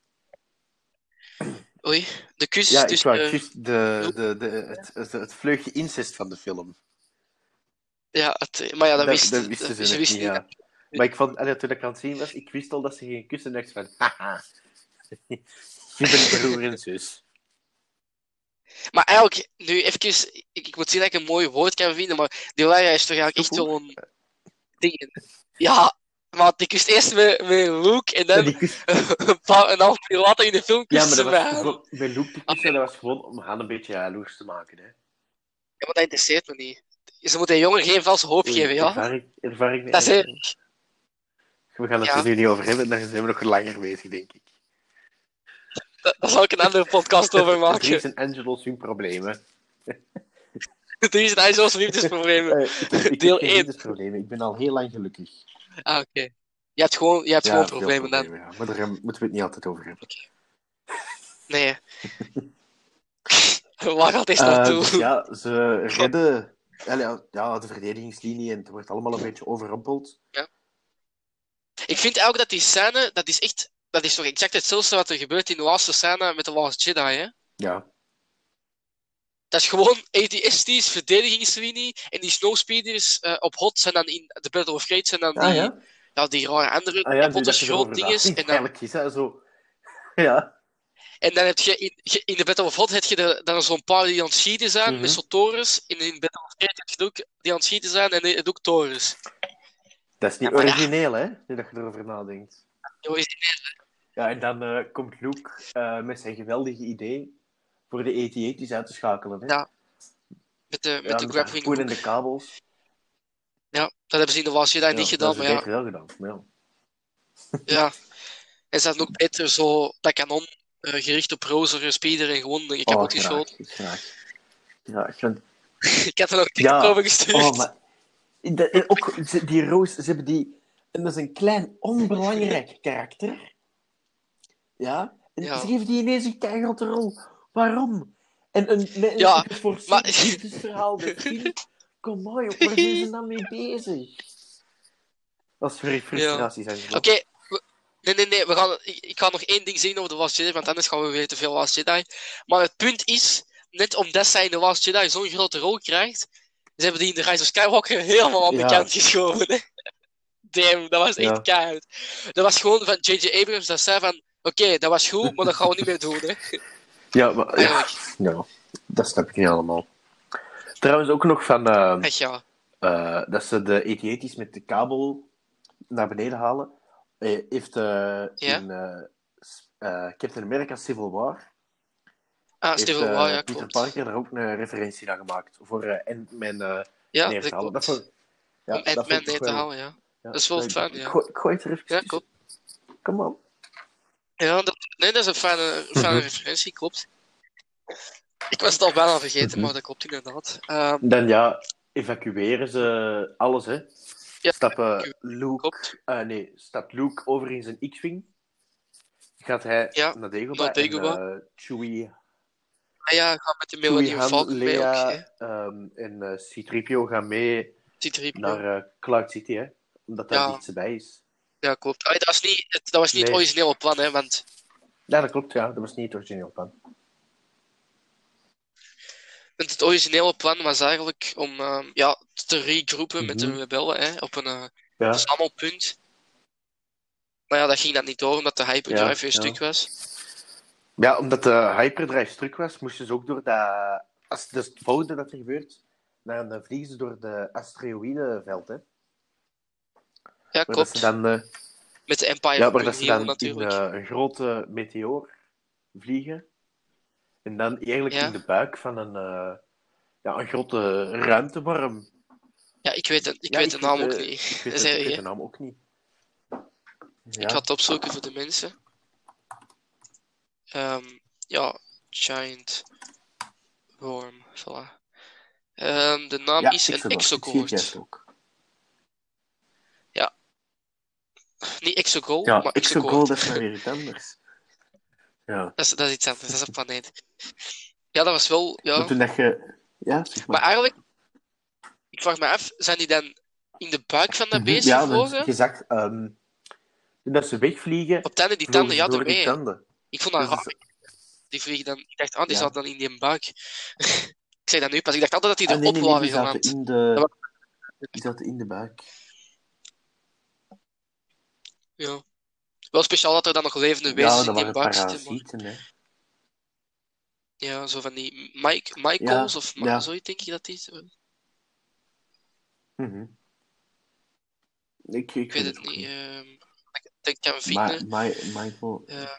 Oei, de kus Ja, ik tussen... wou eh, juist de, de, de, het, het, het vleugje incest van de film. ja, het, maar ja, dat, Dat, wist, dat wisten ze ze net wisten niet, niet ja. Maar ik vond, allee, toen ik aan het zien was, ik wist al dat ze geen kussen dacht van, haha, je bent broer en zus. Maar eigenlijk, nu even, ik, ik moet zien dat ik een mooi woord kan vinden, maar die Lara is toch eigenlijk echt Zo wel een ding. Ja, maar ik wist eerst met, met Luke en Ja, dan die kus... een, paar, een half uur later in de film ja kusten maar ze dat mij. was Ja, gewoon, met Luke te kussen, dat was gewoon om Han een beetje jaloers te maken, hè. maar dat interesseert me niet. Ze moeten een jongen geen vals hoop Oei, geven, ja? Ervaar ik, ervaar ik me Dat is echt- het. We gaan het Ja. er nu niet over hebben, dan zijn we nog langer bezig, denk ik. Daar zal ik een andere podcast over maken. Dries en Angelo's hun problemen. Drie zijn IJzels liefdesproblemen. Eh, ik, heb- ik Deel heb geen één. liefdesproblemen. Ik ben al heel lang gelukkig. Ah, oké. Je hebt gewoon, je hebt gewoon veel problemen dan. ja. Maar daar eh, moeten we het niet altijd over hebben. Nee. Waar gaat dit Eh, naartoe? dus ja, ze redden allee, ja, de verdedigingslinie en het wordt allemaal een beetje overrompeld. Ik vind ook dat die scène, dat is echt, dat is toch exact hetzelfde wat er gebeurt in de laatste scène met de Last Jedi, hè? Ja. Dat is gewoon A T S T's verdedigingslinie en die snowspeeders uh, op Hot zijn dan in de Battle of Great zijn dan die, Ah ja? ja, die rare andere Ah ja, nu kapotte dat je erover schrootdinges. nadenkt, En dan, eigenlijk is dat zo... Ja. en dan heb je in, je- in de Battle of Hot heb je de, dan zo'n paar die aan het schieten zijn Mhm. met zo'n torens. En in Battle of Great heb je ook die aan het schieten zijn en die- ook torens. Dat is niet Ja, maar ja. origineel, hè? Nu dat je erover nadenkt. Origineel. Ja, en dan eh, komt Luke uh, met zijn geweldige idee voor de A T A T's uit te schakelen. Hè? Ja. Met de, met ja, de met grappling de en hook. de kabels. Ja, dat hebben ze in de Last Jedi Ja, niet dat gedaan, is maar ja. beter wel gedaan. Maar ja. Ja. En ze hadden ook beter zo dat kanon uh, gericht op Rozer, Speeder en gewoon je kapot oh, geschoten. Graag, graag. graag. Ik had er nog een ja. over gestuurd. Oh, maar... De, ook, die Rose, ze hebben die... En dat is een klein, onbelangrijk karakter. Ja? En ja. ze geven die ineens een keigrote rol. Waarom? En een, met een ja, geforceerd maar... liefdesverhaal, de film... Kom maar, joh, waar zijn ze dan mee bezig? Dat is voor frustratie, zijn ze Oké, okay. nee, nee, nee, we gaan, ik, ik ga nog één ding zeggen over de Last Jedi, want anders gaan we weer te veel Last Jedi. Maar het punt is, net omdat zij in de Last Jedi zo'n grote rol krijgt, ze hebben die in de Rise of Skywalker helemaal aan de ja. kant geschoven. Hè? Damn, dat was echt ja. keihard. Dat was gewoon van J J Abrams dat zei van, oké, okay, dat was goed, maar dat gaan we niet meer doen. Hè? Ja, maar ja, ja, dat snap ik niet allemaal. Trouwens ook nog van uh, echt, ja. uh, dat ze de A T A T's met de kabel naar beneden halen. Uh, heeft uh, ja? in uh, uh, Captain America Civil War ah, Civil War, uh, ja, Peter klopt. Parker er ook een referentie naar gemaakt voor uh, Ant-Man uh, ja, neer te halen. Dat vond, ja, om Ant-Man neer te wel... halen, ja. ja. Dat is wel fijn, ja. Ik gooi het er even ja, klopt. Kom op. Ja, dat, nee, dat is een fijne, fijne mm-hmm. referentie, klopt. Ik was het al bijna vergeten, mm-hmm. maar dat klopt inderdaad. Um, Dan ja, evacueren ze alles, hè. Ja, stappen Luke... Uh, nee, stapt Luke over in zijn X-Wing. Gaat hij ja, naar Dagobah, naar Dagobah. En uh, Chewie... Ah ja, gaat met de Millennium Falcon mee ook, um, en uh, C three P O gaan mee C-3P O. naar uh, Cloud City, hè. Omdat dat ja. dichtstbij is. Ja, klopt. Allee, dat was niet het, dat was niet nee. het originele plan, hè, want... Ja, dat klopt, ja. Dat was niet het originele plan. Want het originele plan was eigenlijk om uh, ja, te regroepen mm-hmm. met de rebellen, hè, op een uh, ja. verzamelpunt. Maar ja, dat ging dan niet door, omdat de hyperdrive ja, weer ja. stuk was. Ja, omdat de hyperdrive stuk was, moesten ze ook door dat... Als dat is het volgende dat er gebeurt, dan vliegen ze door de asteroïdenveld, hè. Ja, klopt. Dan, uh, met de Empire ja, maar dat ze dan natuurlijk. in uh, een grote meteoor vliegen. En dan eigenlijk ja. in de buik van een, uh, ja, een grote ruimteworm. Ja, ik weet, het, ik ja, weet ik de naam weet, ook uh, niet. Ik weet, het, ik weet de naam ook niet. Ja. Ik ga het opzoeken voor de mensen. Um, ja, Giant Worm, voilà. Um, de naam ja, is een Exocord. Ja. Niet Exogol, ja, maar Exogol, dat is maar weer iets anders. Ja. Dat is, dat is iets anders, dat is een planeet. Ja, dat was wel... Ja. Maar toen dat je... Ja, zeg maar. Maar eigenlijk... Ik vraag me af, zijn die dan in de buik van dat beest ja, gevlogen? Ja, je zag... Um, dat ze wegvliegen... Op tanden, die tanden, ja, door ermee. Tanden. Ik vond dat dus raar. Die vliegen dan... Ik dacht, ah, die ja. zat dan in die buik. Ik zei dat nu pas. Ik dacht altijd dat die ah, erop nee, nee, waren nee, die geland. In de... was... Die zaten in de buik. Ja. Wel speciaal dat er dan nog levende wezens ja, in die buik zitten. Parasieten, hè. Ja, zo van die Mike, Michaels ja, of ja. zoiets denk je dat is. Mm-hmm. Ik, ik, ik weet het niet. Uh, dat ik kan vinden. Ma- Ma- Michael. Uh,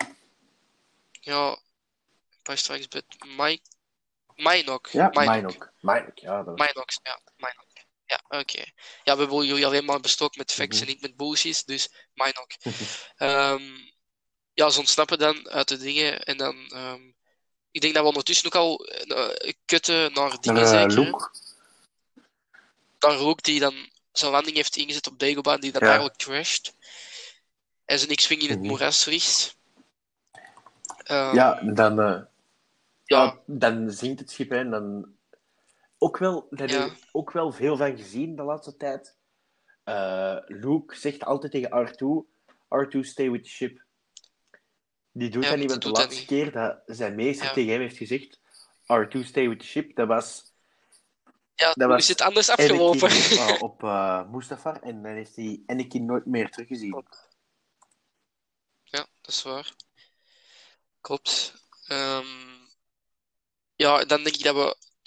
ja, Empire Strikes Back. Mike. Minok. Ja, Minok. Minok, ja. Dat was... Minox, ja. Minok. Ja, oké. Okay. Ja, we hebben jullie alleen maar bestoken met facts mm-hmm. en niet met bullshit, dus Minok. um, ja, ze ontsnappen dan uit de dingen en dan... Um, ik denk dat we ondertussen ook al uh, kutten naar dingen, uh, zeker. Luke. Naar Luke, die dan zijn landing heeft ingezet op Dagobah, die dan ja. eigenlijk crasht. En zijn X-Wing in het mm-hmm. moeras vliegt. Um, ja, dan... Uh, ja. ja, dan zinkt het schip, hè, en dan... Ook wel, daar ja. heb ik ook wel veel van gezien de laatste tijd. Uh, Luke zegt altijd tegen R two, R two, stay with the ship. Die doet ja, dat niet, want de laatste niet. keer dat zijn meester ja. tegen hem heeft gezegd, R two, stay with the ship, dat was... Ja, dat was is het anders afgelopen. Anakin, uh, op uh, Mustafar, en dan heeft hij Anakin nooit meer teruggezien. Ja, dat is waar. Klopt. Um, ja, dan denk ik dat we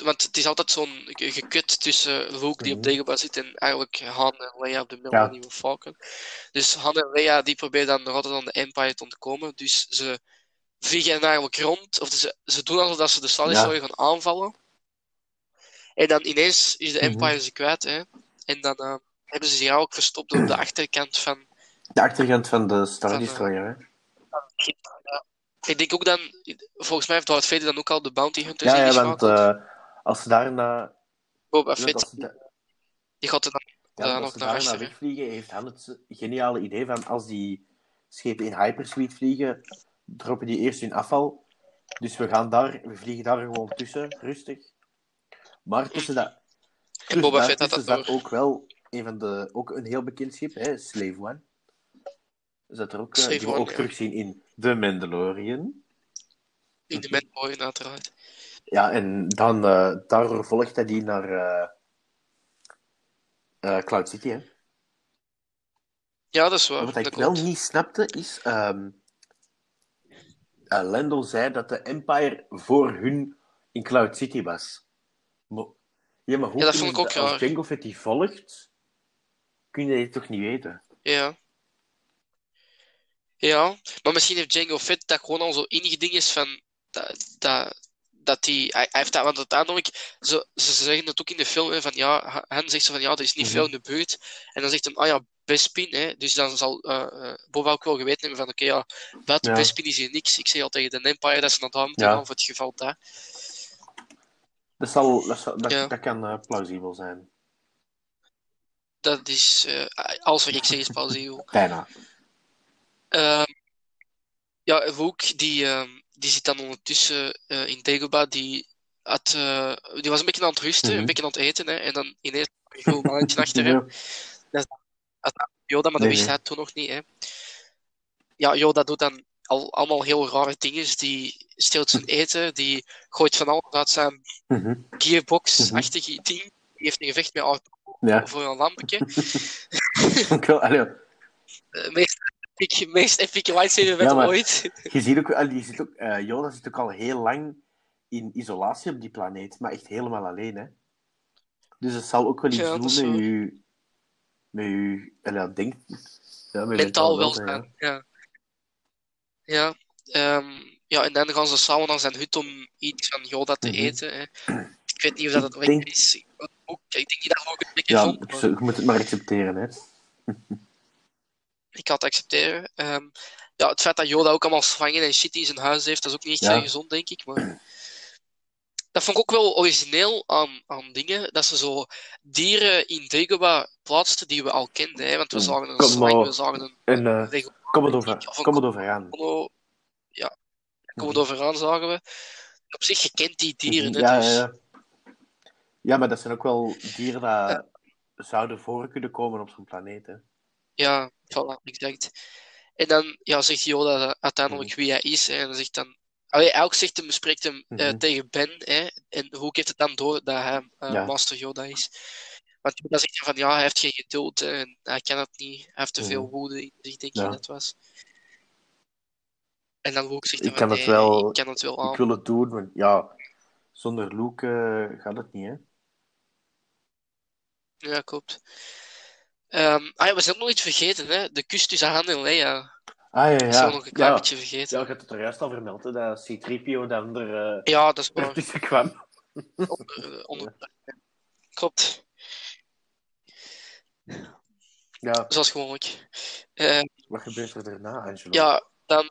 want het is altijd zo'n ge- gekut tussen Luke die op Mhm. Dagobah zit en eigenlijk Han en Leia op de Millennium Falcon. Dus Han en Leia die proberen dan nog altijd aan de Empire te ontkomen. Dus ze vliegen eigenlijk rond, of ze, ze doen alsof dat ze de Star Destroyer gaan aanvallen. En dan ineens is de Mhm. Empire ze kwijt. Hè. En dan eh, hebben ze zich ook verstopt op de achterkant van... De achterkant van de Star Van, eh, Destroyer, hè? Ja. Ik denk ook dan... Volgens mij heeft Darth Vader dan ook al de Bounty Hunters Ja, ja, want ingeschakeld. eh, als ze daarna... Boba want Fett, als ze, da- die gaat er dan, ja, dan als ook ze naar daarna achteren. wegvliegen, heeft Han het geniale idee van als die schepen in hyperspeed vliegen, droppen die eerst hun afval. Dus we gaan daar, we vliegen daar gewoon tussen, rustig. Maar tussen dat... En Boba Fett had daartussen dat zat door. ook wel een van de... Ook een heel bekend schip, hè? Slave One. Zat er ook, eh, Slave die we One, ook ja. terugzien in The Mandalorian. In de Mandalorian uiteraard. Ja, en dan, uh, daardoor volgt hij die naar uh, uh, Cloud City, hè. Ja, dat is waar. En wat dat ik wel klopt. niet snapte, is... Um, uh, Lando zei dat de Empire voor hun in Cloud City was. Maar, ja, maar hoe Ja, dat kunnen vond ik ze ook als raar. Jango Fett die volgt, kun je dit toch niet weten? Ja. Ja, maar misschien heeft Jango Fett dat gewoon al zo ingeding is van... Dat, dat, dat die, hij, hij heeft dat, want uiteindelijk, ze, ze zeggen het ook in de film, hè, van ja, Han zegt zo van ja, er is niet Mhm. veel in de buurt. En dan zegt hij, ah ja, Bespin, hè. Dus dan zal uh, uh, Boba ook wel geweten hebben van oké, okay, ja, buiten Ja. Bespin is hier niks. Ik zeg al tegen de Empire dat ze naar daar moeten Ja. gaan voor het geval dat. Dat, zal, dat, zal, dat, Ja. dat kan uh, plausibel zijn. Dat is, uh, alles wat ik zeg is plausibel. Bijna. Uh, ja, Rook, die, uh, die zit dan ondertussen uh, in Dagobah, die, had, uh, die was een beetje aan het rusten, Mhm. een beetje aan het eten, hè, en dan ineens een groen mannetje achter hem. Ja. Dat is Yoda, maar dat Nee, wist nee. hij toen nog niet. Hè. Ja, Yoda doet dan al, allemaal heel rare dingen. Die steelt zijn eten, die gooit van alles uit zijn Mhm. gearbox-achtige ding. Die heeft een gevecht met Arthur Ja. voor een lampje. Ik wil, allee, Uh, meest epic, meest epic lightsaber Ja, maar- ooit. je ziet ook, allee, je ziet ook uh, Yoda zit ook al heel lang in isolatie op die planeet, maar echt helemaal alleen, hè. Dus het zal ook wel iets Ja, dat doen is met waar. je, met je, allee, ja, denk, ja, met Mentaal mentaal welzijn, welzijn. Ja. Ja. Um, ja, en dan gaan ze samen naar zijn hut om iets van Yoda te Mhm. eten. Hè. Ik weet niet of dat het Ik lekker denk- is. Ik, ook, ik denk niet dat ook het lekker Ja, vond. ik, maar- zo- je moet het maar accepteren, hè. Ik kan het accepteren. Um, ja, het feit dat Yoda ook allemaal slangen en shit in zijn huis heeft, dat is ook niet echt Ja. heel gezond, denk ik. Maar... Dat vond ik ook wel origineel aan, aan dingen, dat ze zo dieren in Dagobah plaatsten die we al kenden. Hè? Want we Mm. zagen een Kom slang, maar. we zagen een En uh, Lego- kom het over, of een kom het over aan. komodo. Ja, kom het overaan, zagen we. Op zich, je kent die dieren, hè, ja, dus... ja, ja. Ja, maar dat zijn ook wel dieren dat zouden voor kunnen komen op zo'n planeet, hè. Ja, voilà, exact. En dan ja, zegt Yoda uiteindelijk Mhm. wie hij is. Hè, en dan zegt dan... Allee, hij ook zegt hem, spreekt hem eh, Mhm. tegen Ben. Hè, en hoe heeft het dan door dat hij eh, Ja. Master Yoda is? Want Yoda zegt van ja, hij heeft geen geduld. Hè, en hij kan het niet. Hij heeft te veel Mhm. woede in zich, denk Ja. ik dat het was. En dan Luke zegt Ik hij kan van het nee, wel- ik kan het wel aan. Ik wil het doen, maar ja, zonder Luke uh, gaat het niet, hè. Ja, klopt. Um, ah ja, we zijn ook nog iets vergeten, hè. De kus tussen Han en Leia. Ah, ja, Dat zijn we ja. nog een klein Ja, beetje vergeten. ja, je hebt het er juist al vermeld, hè, dat C drie P O dan er, uh, Ja, dat is waar. ertussen kwam. Onder, eh, onder... Klopt. Ja, Zoals gewoonlijk. Uh, wat gebeurt er daarna, Angelo? ja, dan...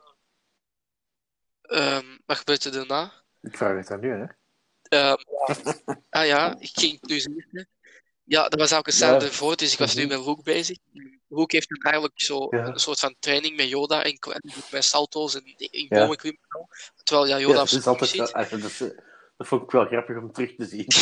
Um, wat gebeurt er daarna? Ik vraag het aan nu, hè. Um, ah ja, ik ging het nu zeggen. Ja, dat was ook een scène Ja. ervoor, dus ik was nu Mhm. met Luke bezig. Luke heeft dan eigenlijk zo Ja. een soort van training met Yoda en met salto's en in Ja. bomen klimmen. Terwijl ja, Yoda Ja, op dat, zijn is rug altijd, zit. wel- ah, dat, is, uh, dat vond ik wel grappig om terug te zien.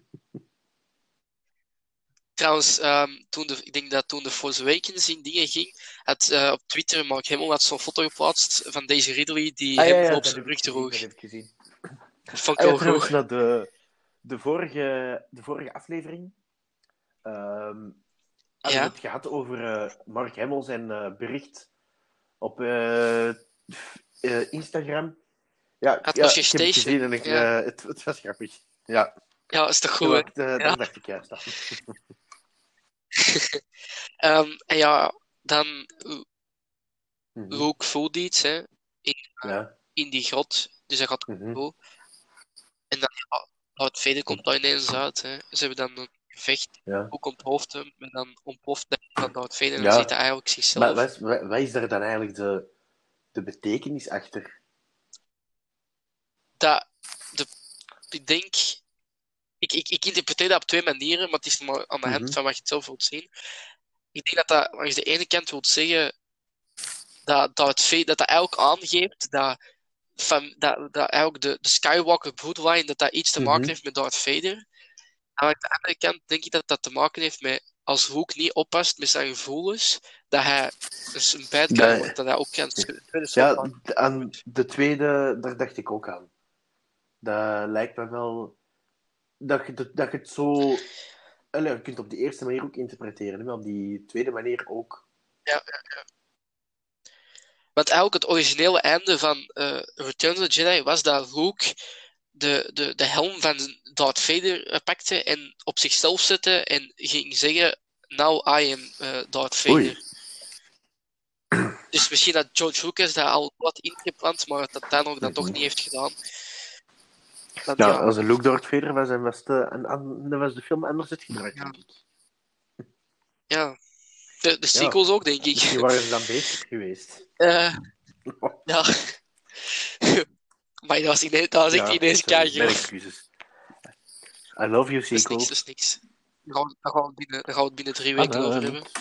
Trouwens, um, toen de, ik denk dat toen de Force Awakens in dingen ging, had uh, op Twitter Mark Hamill had zo'n foto geplaatst van Daisy Ridley die Ah, ja, hem ja, op dat zijn heb rug ik gezien, droeg. dat heb ik gezien. Dat vond ik Ah, ja, wel trouwens, goed. naar de, de, vorige, de vorige aflevering um, hadden Ja. we het gehad over uh, Mark Hamill zijn uh, bericht op uh, uh, Instagram. Ja, Het ja was ik heb het gestation, gezien en ik, ja. uh, het, het was grappig. Ja. Ja, is toch goed, Ja, hè? dat, dat Ja. dacht ik juist al. Ehm, en ja, dan Mhm. Rook voelt iets, hè, in, Ja. in die grot. Dus dat gaat Mhm. goed. En dan, ja, Darth Vader komt daar ineens uit, hè. Ze hebben dan een gevecht, Ja. ook ontploft hem, en dan ontploft hij van Darth Vader en dan Ja. ziet hij eigenlijk Maar zichzelf. wat is, wat wat is daar dan eigenlijk de, de betekenis achter? Dat, de, ik denk, ik, ik, ik interpreteer dat op twee manieren, maar het is maar aan de hand Mhm. van wat je het zelf wilt zien. Ik denk dat dat langs de ene kant wil zeggen dat, dat, het feit, dat dat eigenlijk aangeeft dat, van, dat, dat eigenlijk de, de Skywalker Bloodline dat dat iets te maken Mhm. heeft met Darth Vader. En aan de andere kant denk ik dat dat te maken heeft met als Luke niet oppast met zijn gevoelens, dat hij dus een bad guy Dat- wordt, dat hij ook kan tweede Ja, soort d- aan de tweede, daar dacht ik ook aan. Dat lijkt me wel... Dat je, dat, dat je het zo... Allee, je kunt het op die eerste manier ook interpreteren, hè, maar op die tweede manier ook. Ja, ja, ja. Want eigenlijk het originele einde van uh, Return of the Jedi was dat Luke de, de, de helm van Darth Vader uh, pakte en op zichzelf zette en ging zeggen, now I am uh, Darth Vader. Oei. Dus misschien dat George Lucas dat al wat ingeplant, maar dat dan ook dan toch niet heeft gedaan. Want, Ja, ja, als een Luke Darth Vader was, dan was de, en, en, dan was de film anders uitgedraaid, Ja. denk ik. ja. De, de sequels ook, denk ik. Misschien waren ze dan bezig geweest. Uh, ja. Maar dat was, ineens, dat was echt Ja, ineens sorry, keigoed. mijn excuses. I love you, Dat is niks, sequel. dat is niks. Daar gaan, we- daar gaan we het binnen, daar gaan we het binnen drie Ah, weken nou, over ja, hebben.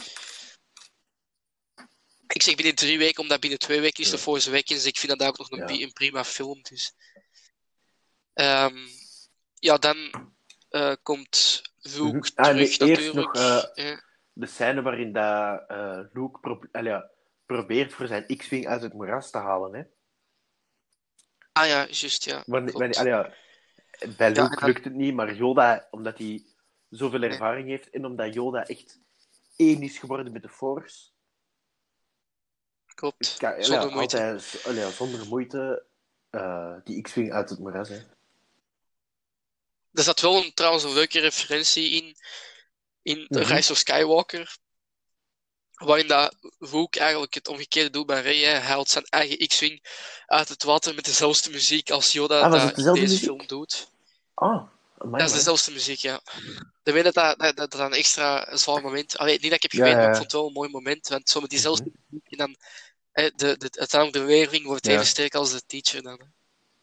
Ik zeg binnen drie weken, omdat binnen twee weken is de Ja. Force Awakens. Ik vind dat ook nog een, Ja. bi- een prima film. Dus. Um, ja, dan uh, komt Luke Mhm. Ah, terug nee, eerst natuurlijk. nog uh, Ja. de scène waarin dat, uh, Luke pro- allee, ja, probeert voor zijn X-Wing uit het moeras te halen. Hè. Ah ja, juist, ja. Wanneer, klopt. wanneer, allee, ja, bij Luke Ja, en dan- lukt het niet, maar Yoda, omdat hij zoveel Nee. ervaring heeft en omdat Yoda echt één is geworden met de Force, Klopt, kan, allee, zonder ja, moeite. altijd allee, ja, zonder moeite uh, die X-Wing uit het moeras. Hè. Er zat wel een, trouwens een leuke referentie in, in The Mhm. Rise of Skywalker, waarin dat Luke eigenlijk het omgekeerde doet bij Rey. Hè. Hij haalt zijn eigen X-Wing uit het water met dezelfde muziek als Yoda Ah, was dat het dezelfde in deze muziek? film doet. Ah, amai, Dat is man. dezelfde muziek, ja. Ik weet dat dat, dat, dat, dat een extra zwaar moment... Allee, niet dat ik heb Ja, geweten, maar ja. ik vond het wel een mooi moment. Want zo met diezelfde Mhm. muziek en dan... Hè, de, de, uiteindelijk de leerling wordt Ja. even sterk als de teacher dan. Hè.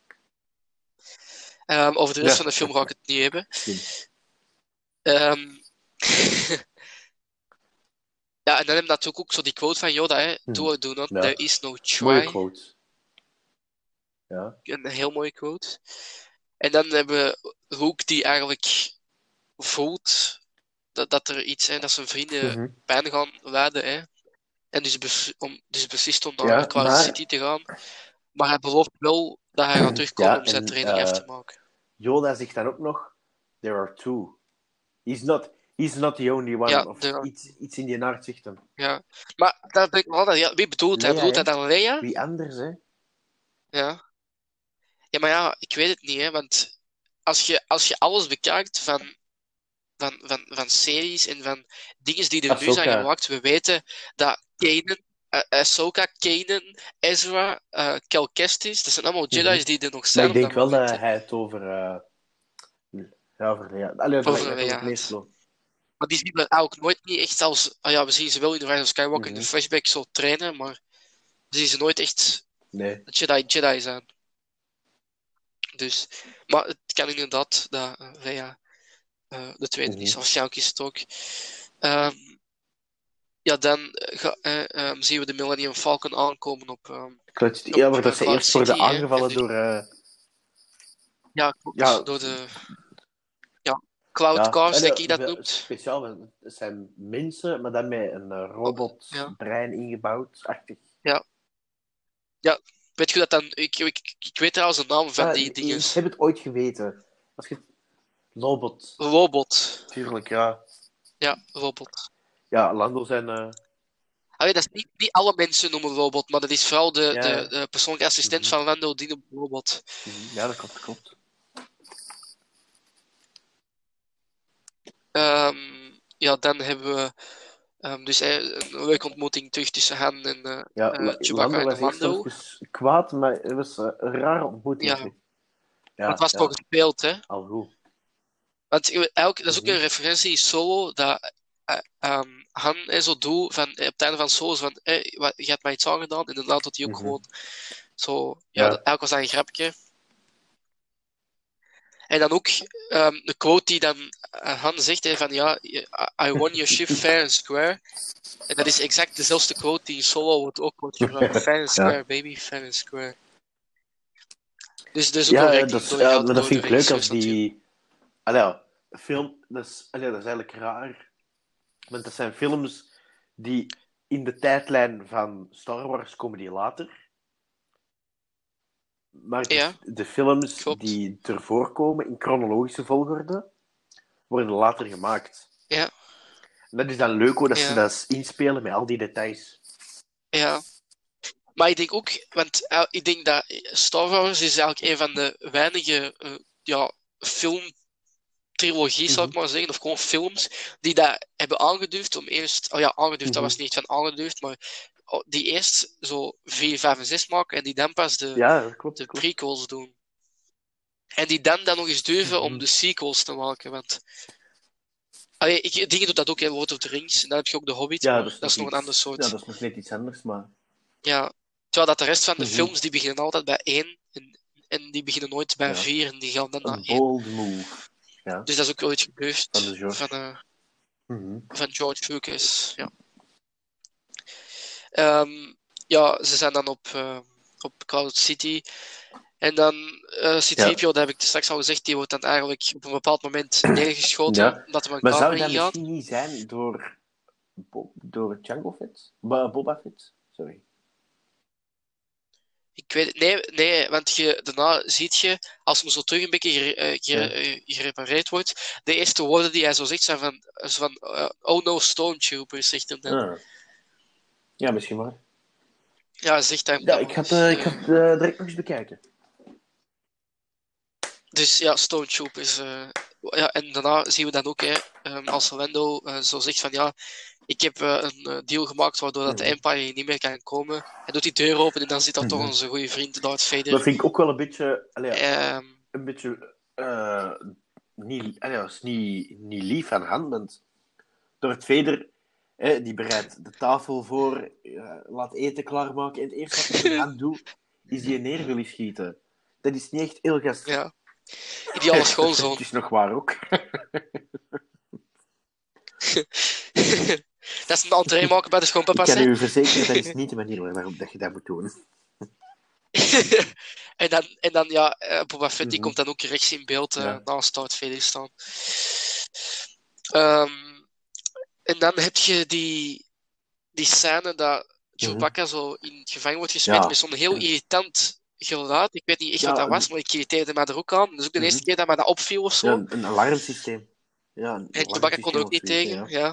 Um, over de rest Ja. van de film ga ik het niet hebben. Slim. Um, ja, en dan heb je natuurlijk ook zo die quote van Yoda, hè. Hmm. Do or do not, Ja. there is no try. Mooie quote. Ja. Een heel mooie quote. En dan hebben we Luke die eigenlijk voelt dat, dat er iets, hè, dat zijn vrienden Mhm. pijn gaan lijden, hè. En dus, bes- om, dus beslist om naar Ja, Cloud maar- City te gaan. Maar hij belooft wel dat hij gaat terugkomen Ja, om zijn en, training uh, af te maken. Yoda zegt dan ook nog, there are two. He's not, he's not the only one. Ja, of there are- iets, iets in die aard zegt hem. Ja. Maar dat ben ik nog altijd, ja, wie bedoelt hij? Leia, Bedoelt hij hè? dan Leia? Wie anders, hè? Ja. Ja, maar ja, ik weet het niet, hè, want als je, als je alles bekijkt van, van, van, van series en van dingen die er nu Ahsoka. zijn gemaakt, we weten dat Kanan, uh, Ahsoka, Kanan, Ezra, uh, Cal Kestis, dat zijn allemaal Jedi's Mhm. die er nog Maar zijn. ik denk op wel dat dat moment, hè. hij het over... Uh, ja, over Leia. Allee, dat Over lijkt me Leia het meest had. lo- Maar die zien we eigenlijk nooit niet echt als... Ah ja, we zien ze wel in de Rise of Skywalker in Mhm. de flashback zo trainen, maar we zien ze nooit echt Nee. Jedi Jedi zijn. Dus, maar het kan inderdaad dat uh, Leia uh, de tweede Mhm. is, waarschijnlijk is het ook. Um, ja, dan uh, ga, uh, um, zien we de Millennium Falcon aankomen op... Um, Cloud City. Ja, maar op, dat uh, ze Cloud eerst worden City, hè. aangevallen En dus- door... Uh, Ja, klopt, Ja. door de... Ja, Cloud ja, Cars, en, denk uh, ik dat we- noemt. Speciaal, want het zijn mensen, maar dan met een uh, robotbrein ingebouwd. Achtig. Weet je dat dan... Ik, ik, ik weet trouwens de naam van Ah, die ik- dingen. Ik heb het ooit geweten. Als je... Robot. Robot. Tuurlijk, ja. Ja, robot. Ja, Lando zijn... Uh, Allee, dat is niet, niet alle mensen noemen robot, maar dat is vooral de, Ja. de, de persoonlijke assistent Mhm. van Lando die noemt robot. ja, dat klopt, klopt. ehm, ja, dan hebben we ehm, dus eh, een leuke ontmoeting terug tussen Han en eh, Ja, eh, La- Chewbacca Lando en was eerst Lando. even kwaad, maar het was eh, een rare ontmoeting. Ja, zeg. maar het Ja, was toch ja, gespeeld, hè? al goed. Want je- elk, dat is ook Mhm. een referentie in Solo, dat eh, ehm, Han eh, zo doet van, eh, op het einde van Solo, is van, eh, wat, je hebt mij iets aangedaan, en dan dat hij ook Mhm. gewoon zo, ja, Ja. dat, elk was dat een grapje. En dan ook ehm de quote die dan eh, Han zegt, hè, van ja, I I won your ship fair and square. En dat is exact dezelfde quote die in Solo wordt ook wordt gebruikt. Fair and square, Ja. baby, fair and square. Dus, dus ook Ja, nog ja, rekening dat, is, door ja, gehouden maar dat door de vind ik leuk als regisseurs natuurlijk. die... Allee, ja, film... Dat is, allee, dat is eigenlijk raar. Want dat zijn films die in de tijdlijn van Star Wars komen die later. Maar de, Ja, de films klopt. die ervoor komen in chronologische volgorde, worden later gemaakt. Ja, En dat is dan leuk hoe dat ze ja, dat inspelen met al die details. ja. Maar ik denk ook, want eh, ik denk dat Star Wars is eigenlijk een van de weinige eh, ja, filmtrilogie, zal ik Mhm. maar zeggen, of gewoon films, die dat hebben aangedurfd om eerst... Oh ja, aangedurfd, dat Mhm. was niet echt van aangedurfd, maar oh, die eerst zo vier, vijf en zes maken en die dan pas de, Ja, dat klopt. de klopt. prequels doen. En die dan, dan nog eens durven om Mhm. de sequels te maken, want... Allee, ik, dingen doet dat ook, hè, Lord of the Rings, en dan heb je ook de Hobbit, Ja, maar dat is, dat is nog iets, een ander soort... Ja, dat is nog net iets anders, maar... Ja, terwijl dat de rest van de Mhm. films, die beginnen altijd bij één. En, en die beginnen nooit bij Ja. vier en die gaan dan naar Een één. bold move. Ja, Dus dat is ook ooit gebeurd van de George. van, eh, Mhm. van George Lucas. Ja. Ehm, ja, ze zijn dan op, eh, op Cloud City. En dan eh C drie P O, dat heb ik straks al gezegd, die wordt dan eigenlijk op een bepaald moment neergeschoten, Ja. omdat er een Maar zou kamer dat in gaat. misschien niet zijn door... Bo- door Jango Fett? Bo- Boba Fett? Sorry. Ik weet het, nee, nee, want je, daarna ziet je, als hem zo terug een beetje gere- eh, gere- Ja. eh, gerepareerd wordt, de eerste woorden die hij zo zegt zijn van, is van eh, oh no, Stormtroopers, zegt hem dan. Ah. Ja, misschien wel. Ja, hij zegt hij Ja, dan ik nog ga eens, het, eh, ik eh, ga het eh, direct nog eens bekijken. Dus ja, Stormtroopers. eh ja, en daarna zien we dan ook, hè, ehm, als Lando eh, zo zegt van ja, ik heb eh, een eh, deal gemaakt waardoor dat de Mhm. Empire hier niet meer kan komen. Hij doet die deur open en dan zit daar toch Mhm. onze goede vriend Darth Vader. Dat vind ik ook wel een beetje... Allee, Ehm, een beetje... eh, niet, allee, dat is niet, niet lief van Han, want Darth Vader... Hè, die bereidt de tafel voor, eh, laat eten klaarmaken. En het eerste wat hij Han doet, is die neer willen schieten. Dat is niet echt heel gast. ja, ideale schoonzoon. Het is nog waar ook. Dat is een entree maken bij de Ik schoonpapa's, kan hè. u verzekeren, dat is niet de manier waarop dat je dat moet doen. en, dan, en dan, ja, eh, Boba Fett die Mhm. komt dan ook rechts in beeld eh, Ja. naast Darth Vader staan. Ehm, en dan heb je die, die scène dat Chewbacca zo in het gevangen wordt gesmeten Ja. met zo'n heel irritant geluid. Ik weet niet echt Ja, wat dat was, maar ik irriteerde mij er ook aan. Dat is ook de Mhm. eerste keer dat mij dat opviel of zo. Ja, een, een alarmsysteem. Ja, een En Chewbacca kon er ook alarmsysteem niet of zoiets, tegen, ja. ja.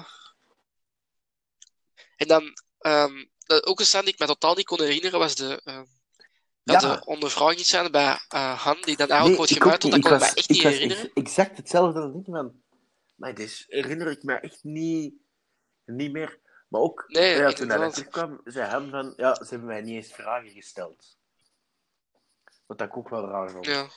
En dan, ehm, dat- ook een scène die ik me totaal niet kon herinneren, was de, ehm, ja, Ja. de ondervragingsscène bij eh, Han, die dan eigenlijk wordt ik ook gemuiteld. Dat niet. kon Ik ik was, me echt ik niet was herinneren. ex- exact hetzelfde dan ik van... Maar dus herinner ik me echt niet, niet meer. Maar ook, Nee, ja, toen hij inderdaad. terugkwam, zei hem van... Ja, ze hebben mij niet eens vragen gesteld. Wat ik ook wel raar vond. Ja.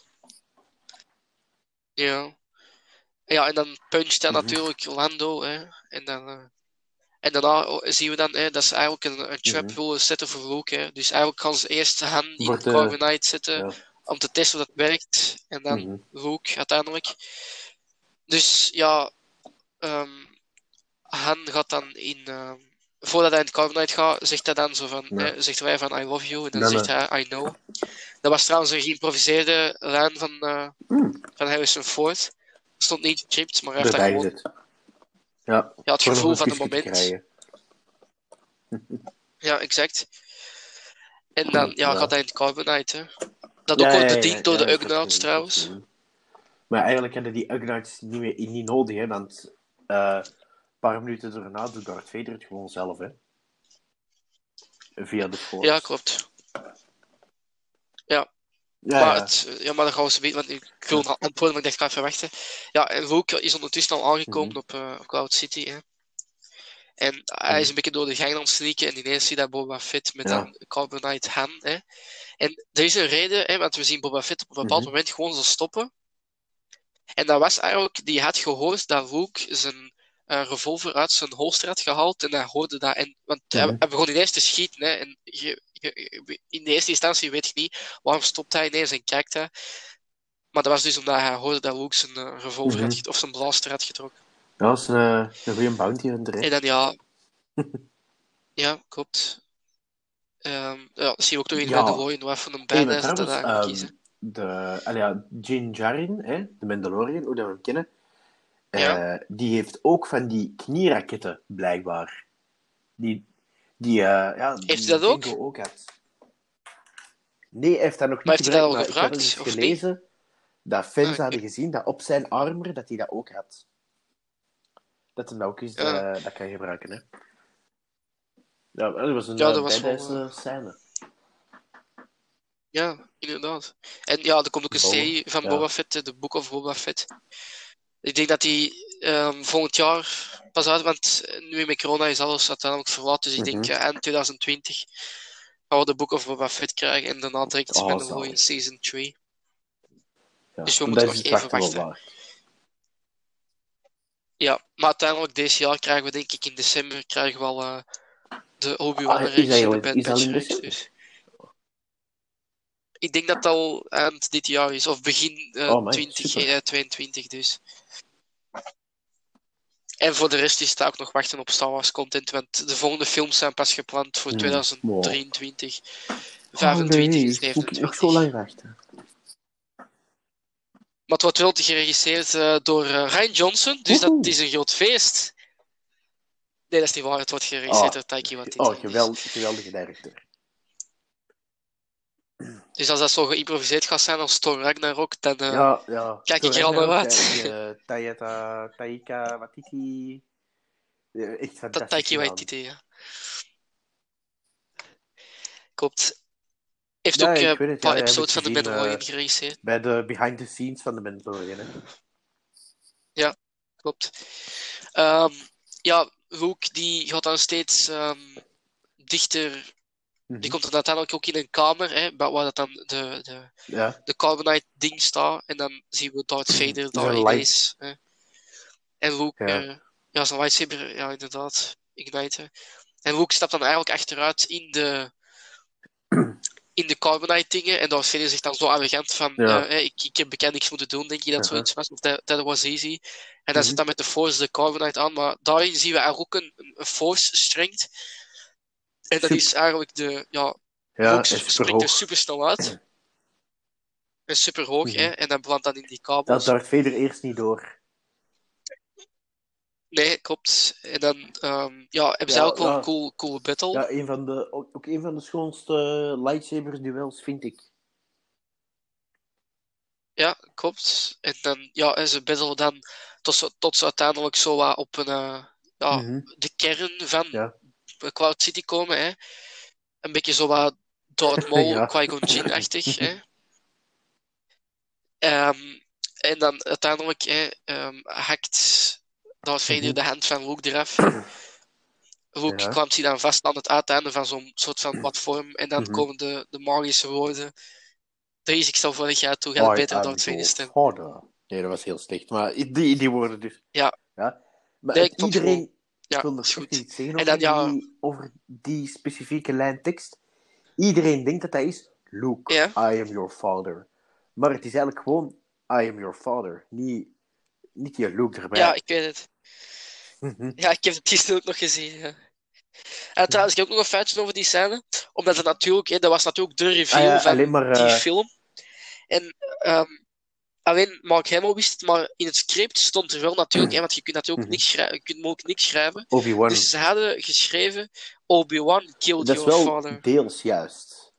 Ja. Ja, en dan puncht hij Mhm. natuurlijk Lando, hè. En dan... eh, En daarna oh, zien we dan hè, dat ze eigenlijk een, een trap Mhm. willen zetten voor Luke. Hè. Dus eigenlijk gaan ze eerst Han in Wordt, eh, Carbonite zetten Ja. om te testen of dat werkt. En dan Mhm. Luke uiteindelijk. Dus ja, ehm, Han gaat dan in... ehm, voordat hij in het Carbonite gaat, zegt hij dan zo van... Ja. Hè, zegt hij van I love you. En dan Dan, zegt eh, hij I know. Dat was trouwens een geïmproviseerde lijn van, eh Mm. van Harrison Ford. Stond niet gechipt, maar hij heeft Erbij dat gewoon... gezet. Ja, Ja, het voor nog gevoel een van het kusje te moment. krijgen. Ja, exact. En dan ja, Ja. gaat hij in het Carbonite. Hè. Dat Ja, ook wordt ja, ja, bediend door ja, de dat is Ugnaughts goed, trouwens. dat is goed. Maar eigenlijk hadden die Ugnaughts niet, meer, niet nodig, hè, want eh, een paar minuten daarna doet Darth Vader het gewoon zelf, hè. Via de Force. Ja, klopt. Ja. Ja, maar, ja. het, ja, maar dan gaan we zo weten, want ik wil nog antwoorden, maar ik dacht, ik ga even wachten. Ja, en Luke is ondertussen al aangekomen Mhm. op, uh, op Cloud City. Hè. En hij is Mhm. een beetje door de gang aan het sneaken en ineens zie je dat Boba Fett met Ja. een Carbonite Han. Hè. En er is een reden, hè, want we zien Boba Fett op een bepaald Mhm. moment gewoon zo stoppen. En dat was eigenlijk, die had gehoord dat Luke zijn uh, revolver uit zijn holster had gehaald en hij hoorde dat. En, want Mhm. hij, hij begon ineens te schieten. Hè, en je, je, in de eerste instantie weet je niet waarom stopt hij ineens en kijkt hij. Maar dat was dus omdat hij hoorde dat Luke zijn uh, revolver Mhm. had get- of zijn blaster had getrokken. Dat is een, een goede bounty hunter, hè. En dan ja, ja, klopt. Um, ja, dat zie je ook nog in Ja. Mandalorian, wat voor een Hey, maar badass dat trouwens, hij moet ehm, kiezen. de, allee, ja, Din Djarin, hè, de Mandalorian, hoe dat we hem kennen, Ja. eh, die heeft ook van die knieraketten, blijkbaar. Die, die, uh, ja, die Heeft hij dat ook? Django ook had. Nee, hij heeft dat nog Maar niet heeft hij dat gebruikt, al maar ik had gebruikt, eens of niet? gelezen dat fans Ah, oké. hadden gezien dat op zijn armor dat hij dat ook had. Dat hij dat ook eens Ja. uh, dat kan gebruiken, hè. Ja, dat was een Ja, uh, dat was badass wel, uh, scène. Ja, inderdaad. En ja, er komt ook een Boba, serie van ja. Boba Fett, de Book of Boba Fett. Ik denk dat die um, volgend jaar pas uit, want nu met corona is alles uiteindelijk verlaat. Dus ik denk Mhm. uh, eind twintig twintig gaan we de Book of Boba Fett krijgen en daarna direct Oh, Mandalorian zalig. Season drie. Ja. Dus we Maar moeten dat nog is het even wachten wel wachten. waard. Ja, maar uiteindelijk deze jaar krijgen we denk ik in december krijgen we al uh, de Obi-Wan Ah, is reeks hij en al de in- Bad is al Batch in reeks. december? Dus. Ik denk dat het al eind dit jaar is, of begin uh, Oh, man, twintig super. tweeëntwintig dus. En voor de rest is het ook nog wachten op Star Wars content, want de volgende films zijn pas gepland voor Hmm, twintig wow. drieëntwintig, Oh, vijfentwintig en nee, moet ik nog zo zevenentwintig. lang wachten? Maar het wordt wel geregisseerd uh, door uh, Rian Johnson, dus Woehoe. dat is een groot feest. Nee, dat is niet waar, het wordt geregisseerd Oh, door Taika Waititi. oh geweld, geweldige director. Dus als dat zo geïmproviseerd gaat zijn als Thor Ragnarok, dan uh, Ja, ja. kijk ik Thor er al naar Ragnarok, uit. eh, die, Taika, Taika Waititi. Eh, Echt Dat fantastisch Taika gedaan. Waititi, ja. Klopt. Heeft Ja, ook ik uh, weet een het. paar Ja, heb ik episodes van The gezien Mandalorian uh, geregisseerd. bij de behind the scenes van de Mandalorian. Hè. Ja, klopt. Um, ja, Luke die gaat dan steeds um, dichter. Mm-hmm. Die komt er uiteindelijk ook in een kamer, hè, waar dat dan de, de, Ja. de Carbonite ding staat. En dan zien we Darth Vader daar Zijn light. ineens. Hè. En Luke, Ja. uh, ja, zijn lightsaber, ja, inderdaad, igniten. En Luke stapt dan eigenlijk achteruit in de, in de Carbonite dingen. En Darth Vader zegt dan zo arrogant van, Ja. uh, ik, ik heb bekend niks moeten doen, denk je dat Uh-huh. zoiets was. Of that, that was easy. En dan Mhm. zit dan met de Force de Carbonite aan. Maar daarin zien we eigenlijk ook een, een Force strength. En dat Sup- is eigenlijk de, ja, Ja, Luke en springt er superhoog. super snel uit. En super hoog, Mhm. hè. En dan belandt dan in die Dat kabels. Darth Vader eerst niet door. Nee, klopt. En dan, um, ja, hebben Ja, zij ook wel ja. een cool, coole battle. Ja, een van de, ook, ook een van de schoonste lightsabers duels, vind ik. Ja, klopt. En dan, ja, en ze battelen dan tot ze, tot ze uiteindelijk zo wat op een, uh, ja, Mhm. de kern van Ja. Cloud City komen, hè. Een beetje zo wat Darth Maul, Ja. Qui-Gon Jinn-achtig, hè. Um, en dan uiteindelijk hè, um, hakt Darth Vader Mhm. de hand van Luke eraf. Luke Ja. klampt zich dan vast aan het uiteinde van zo'n soort van platform. En dan Mhm. komen de, de magische woorden. Dries, ik stel voor dat jij toe gaat I beter am Darth Vader your stem. father. Nee, dat was heel slecht. Maar die, die woorden dus. Ja. ja. Maar Nee, het ik vond iedereen... het Ik Ja, wil nog is echt goed. iets zeggen En over, dan, ja- die, over die specifieke lijn tekst. Iedereen denkt dat dat is... Luke, Ja. I am your father. Maar het is eigenlijk gewoon... I am your father. Niet, niet die Luke erbij. Ja, ik weet het. Mhm. Ja, ik heb het gisteren ook nog gezien. Ja. En trouwens, ik heb ook nog een feitje over die scène. Omdat het natuurlijk, hè, dat was natuurlijk de reveal Ah ja, van alleen maar, die eh, film. En um, alleen Mark Hamill wist het, maar in het script stond er wel natuurlijk, hè, want je kunt natuurlijk Mhm. niks schrijven, je kunt mogelijk niks schrijven. Obi-Wan. Dus ze hadden geschreven: Obi-Wan killed dat is your wel father. deels juist.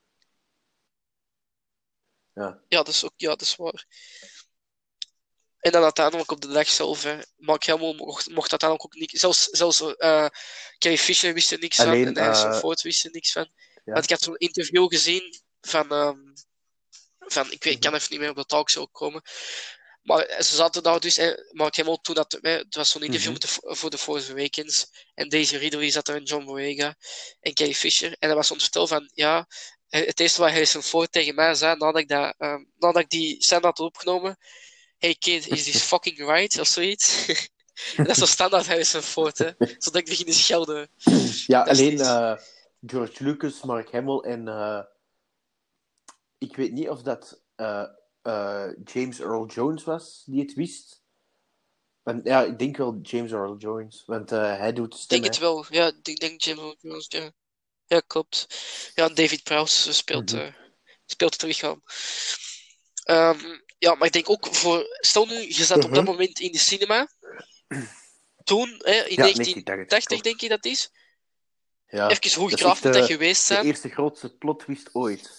Ja. Ja, dat is ook, ja, dat is waar. En dan uiteindelijk op de dag zelf, hè, Mark Hamill mocht, mocht uiteindelijk ook niks. Zelfs, zelfs uh, Carrie Fisher wist er niks Alleen, van en Harrison uh, Ford wist er niks van. ja. Want ik had zo'n interview gezien van, um, van, ik, weet, ik kan even niet meer op de talkshow komen. Maar ze zaten daar dus, hè, Mark Hamill, toen dat, hè, het was zo'n interview Mhm. met de, voor de Force Awakens, en Daisy Ridley zat er en John Boyega en Carrie Fisher, en dat was ons vertel van, ja, het eerste wat Harrison Ford tegen mij zei, nadat ik, dat, um, nadat ik die scène had opgenomen, hey kid, is this fucking right, of zoiets. En dat is zo standaard Harrison Ford, hè. Zodat ik begin te schelden. Ja, alleen Fantastisch. uh, George Lucas, Mark Hamill en... Uh, ik weet niet of dat uh, uh, James Earl Jones was die het wist. Want, ja, ik denk wel James Earl Jones, want uh, hij doet de Ik stem, denk hè. het wel. Ja, ik denk Jim Jones, ja. Ja, klopt. Ja, David Prowse speelt, Mhm. uh, speelt het lichaam. Um, ja, maar ik denk ook voor... Stel nu, je zat op dat Mhm. moment in de cinema. Toen, hè, in Ja, negentien tachtig, negentien tachtig, denk je dat is. Ja, Even hoe dat is graaf echt moet dat de, geweest de zijn. eerste grootste plot twist ooit.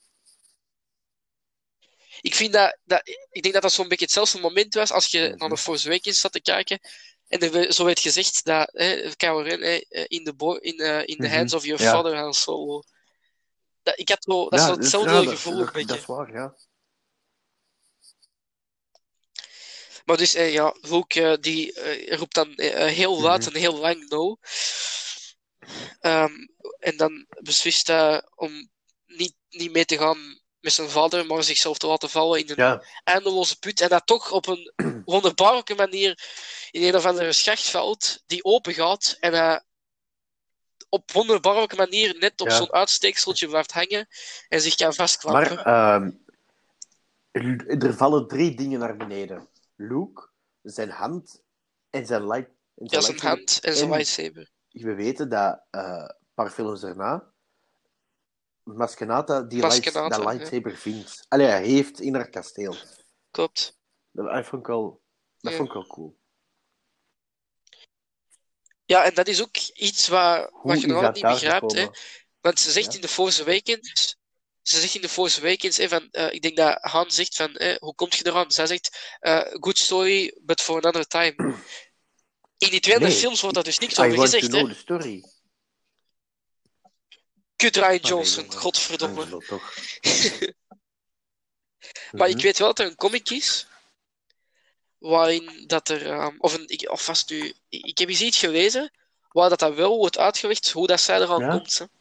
Ik vind dat, dat... Ik denk dat dat zo'n beetje hetzelfde moment was als je Mhm. naar de Force Awakens zat te kijken. En er werd- zo werd gezegd dat hè, Kylo Ren hè, in the, bo- in, uh, in the Mhm. hands of your Ja. father, Han Solo. Dat, ik had zo, dat is Ja, zo dat is, hetzelfde ja, dat, gevoel dat, een beetje. dat is waar, ja. Maar dus, eh, ja, Luke eh, die eh, roept dan eh, heel luid Mhm. en heel lang no. Um, en dan beslist hij om niet, niet mee te gaan met zijn vader, maar zichzelf te laten vallen in een Ja, eindeloze put. En dat toch op een wonderbaarlijke manier in een of andere schacht valt, die open gaat. En hij op wonderbaarlijke manier net op Ja. zo'n uitsteekseltje blijft hangen en zich kan vastklampen. maar ehm, er er vallen drie dingen naar beneden. Luke, zijn hand en zijn light. En Ja, zijn zijn lightsaber. hand en zijn En lightsaber. we weten dat uh, een paar films daarna Maskenata die lights, Maskenata, dat ja. lightsaber vindt. Allee, hij heeft in haar kasteel. Klopt. Dat, dat, vond, ik wel, dat Ja. vond ik wel cool. Ja, en dat is ook iets wat, Hoe wat je is nog altijd dat niet daar begrijpt. Hè? gekomen? Want ze zegt Ja. in de Force Awakens... Ze zegt in de Force Awakens, hè, van, uh, ik denk dat Han zegt van, eh, hoe komt je eraan? Zij zegt, uh, good story, but for another time. In die twee andere Nee, films wordt daar dus niks I over want gezegd, to hè. know the story. Kut Ryan Ah, Johnson, nee, godverdomme. Angelo, toch. Maar mm-hmm. ik weet wel dat er een comic is, waarin dat er... Um, of, een, ik, of vast nu... Ik, ik heb eens iets gelezen, waar dat, dat wel wordt uitgelegd, hoe dat zij eraan Ja? komt, hè.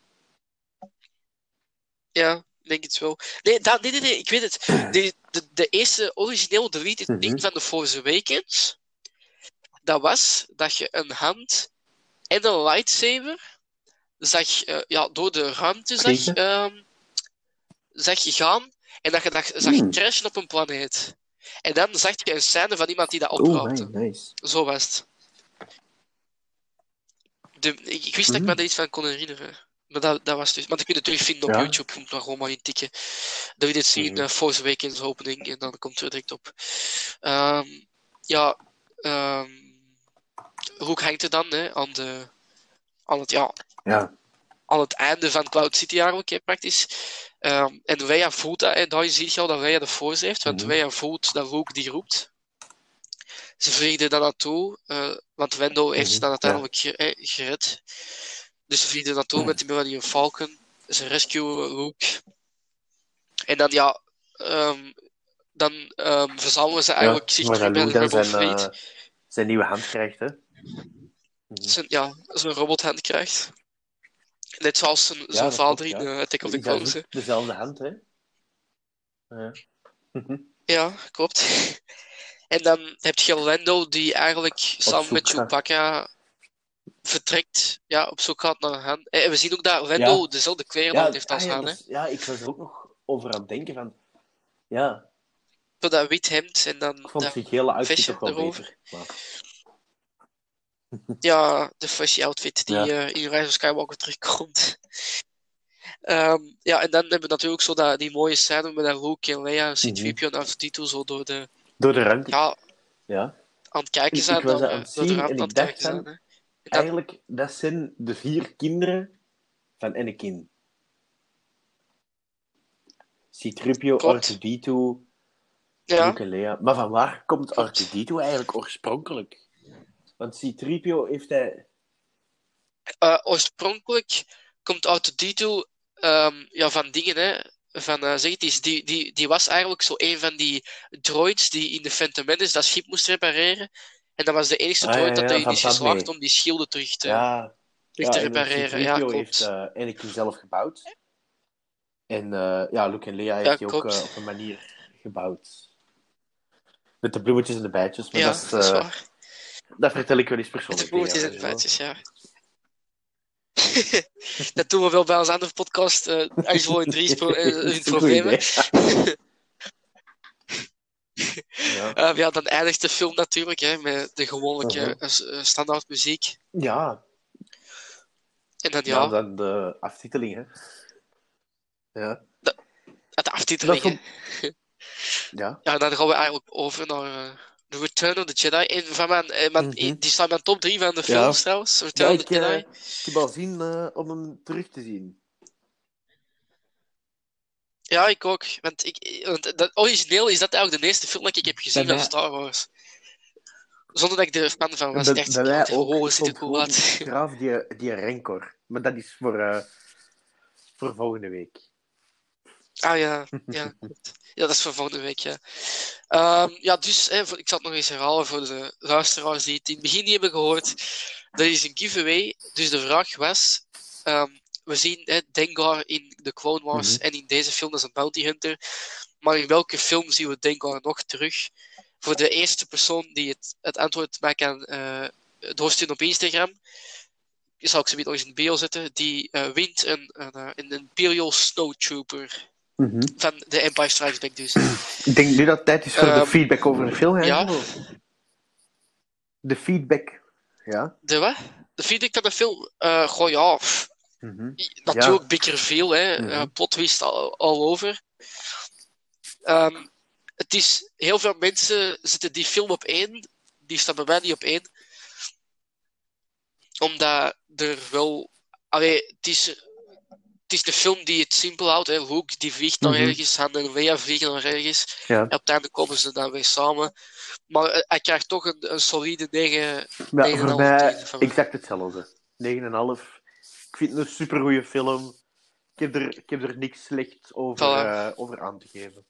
Ja, ik denk het wel. Nee, dat, nee, nee, nee, ik weet het. De, de, de eerste origineel deleted Mm-hmm. ding van de Force Awakens, dat was dat je een hand en een lightsaber zag, uh, ja, door de ruimte zag, um, zag je gaan en dat je dat zag mm. crashen op een planeet. En dan zag je een scène van iemand die dat Oh, opraapte. man, nice. Zo was het. De, ik, ik wist mm-hmm. dat ik me daar iets van kon herinneren. Maar dat, dat was dus... Want ik kun je het terugvinden op ja. YouTube. Je moet maar gewoon maar intikken. Dan wil je het zien, mm-hmm. uh, Force Awakens opening. En dan komt het er direct op. Um, ja... Um, Luke hangt er dan hè, aan, de, aan, het, ja, ja. aan het einde van Cloud City eigenlijk, hè, praktisch. Um, en Leia voelt dat. En daar zie je al dat Leia de Force heeft. Want mm-hmm. Leia voelt dat Luke die roept. Ze vliegen er dan naartoe. Uh, want Lando heeft mm-hmm. ze dan uiteindelijk ja. ge, eh, gered. Dus ze vliegen er naartoe mm-hmm. met die Millennium Falcon. Ze rescuen Luke. En dan, ja... Um, dan um, verzamelen ze eigenlijk ja, zich terug bij de Rebel Fleet. Zijn, uh, zijn nieuwe hand krijgt, hè? Mm-hmm. Zijn, ja, zijn robothand krijgt. Net zoals zijn, ja, zijn vader klopt, in ja. uh, Attack of the dat Clones. Dezelfde hand, hè? Ja, ja klopt. En dan heb je Lando die eigenlijk samen met Chewbacca vertrekt, ja, op zoek gaat naar Han. En we zien ook dat Lando ja. dezelfde kleren ja, heeft als ah, ja, Han. is, ja, ik was er ook nog over aan het denken van... Ja. Zo dat wit hemd en dan ik vond dat die gele outfit toch wel erover. beter. Maar... ja, de flashy outfit die ja. uh, in Rise of Skywalker terugkomt. Um, ja, en dan hebben we natuurlijk zo dat, die mooie scène met dat Luke en Leia, C three P O mm-hmm. en R two D two zo door de... Door de ruimte. Ja. ja. Aan het kijken zijn. Ik, ik was dan, aan het zien zien en ik dacht van... Zijn, eigenlijk, dat... dat zijn de vier kinderen van Anakin. C three P O, R two D two, ja. Luke en Leia. Maar van waar komt R two D two eigenlijk oorspronkelijk? Want C three P O heeft hij... Uh, oorspronkelijk komt R two D two um, ja, van dingen, hè. van uh, zeg het eens, die, die, die was eigenlijk zo een van die droids die in de Phantom Menace dat schip moest repareren. En dat was de enige Ah, droid ja, dat ja, erin van is geslaagd Padmé. om die schilden terug te, Ja, terug ja te en repareren. Ja, C drie P O klopt. heeft uh, Anakin zelf gebouwd. En uh, ja, Luke en Leia heeft Ja, hij ook uh, op een manier gebouwd. Met de bloemetjes en de bijtjes. Maar Ja, dat, is, dat is uh, waar. dat vertel ik wel eens Met persoonlijk. de bloemetjes tegen en jou, de Angelo. bijtjes, ja. Dat doen we wel bij onze andere podcast. Uh, Angelo in drie pro- uh, Dat is in een goed problemen. idee. Ja. Uh, ja, dan eindigt de film natuurlijk hè, met de gewone Uh-huh. uh, standaard muziek. Ja, En dan ja, ja, dan de aftiteling, hè. Ja. de, de aftiteling. Dat Hè. vond- Ja. Ja, dan gaan we eigenlijk over naar uh, The Return of the Jedi. En van mijn, eh, mijn, Mhm. Die staat in mijn top drie van de Ja. films trouwens. Return Ja, of ik, the uh, Jedi. ik heb al zin uh, om hem terug te zien. Ja, ik ook. Want, ik, want dat, origineel is dat eigenlijk de eerste film dat ik heb gezien Bij van mij- Star Wars. Zonder dat ik er fan van was. Bij, Ik dacht, bij ja, mij die ook. horen Ik ziet er vond cool gewoon uit. graaf die, die Rencor. Maar dat is voor, uh, voor volgende week. Ah ja, ja, goed. Ja, dat is voor volgende week, ja. Um, ja, dus, hè, voor, ik zal het nog eens herhalen voor de luisteraars die het in het begin niet hebben gehoord. Dat is een giveaway. Dus de vraag was, um, we zien hè, Dengar in de Clone Wars Mm-hmm. en in deze film als een bounty hunter. Maar in welke film zien we Dengar nog terug? Voor de eerste persoon die het, het antwoord mij kan uh, doorsturen op Instagram, zal ik ze weer nog eens in de bio zetten, die uh, wint een, een, een Imperial Snowtrooper. Mm-hmm. Van de Empire Strikes Back dus. Ik denk nu dat het tijd is voor Um, de feedback over de film, hè? Ja. De feedback. Ja. De wat? De feedback van de film? Uh, goh, ja. Pff, Mm-hmm. natuurlijk Ja. big reveal, hè. Mm-hmm. Uh, plot twist all, all over. Um, het is... Heel veel mensen zetten die film op één. Die staat bij mij niet op één. Omdat er wel... Allee, het is... Het is de film die het simpel houdt. Hè. Luke die vliegt naar Mm-hmm. ergens, Han en Leia vliegen naar ergens. Ja. En op het einde komen ze dan weer samen. Maar uh, hij krijgt toch een, een solide negen. Ja, negen voor komma vijf mij van mij. exact hetzelfde. negen komma vijf. Ik vind het een supergoeie film. Ik heb er, ik heb er niks slecht over, Voilà. uh, over aan te geven.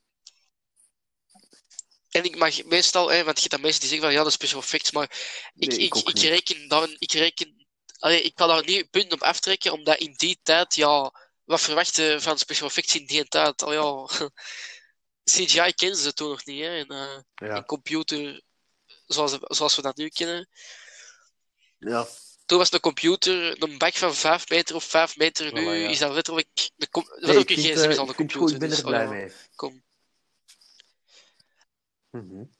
En ik mag meestal, hè, want je hebt dan mensen die zeggen van ja, dat is special effects, maar ik, Nee, ik ik, ook ik, niet. reken dan, ik reken, allee, ik kan daar niet punten op aftrekken, omdat in die tijd, ja, wat verwachten van special effects in die tijd? Al ja, C G I kennen ze toen nog niet, hè, en uh, Ja. een computer zoals, zoals we dat nu kennen. Ja. Toen was de computer een bak van vijf meter of vijf meter, nu Voilà, ja. is dat letterlijk, de com- Nee, letterlijk ik een vind, gsm uh, is al ik een vind het computer. goed, ik ben er dus, blij oh, ja, mee. kom. Mm-hmm.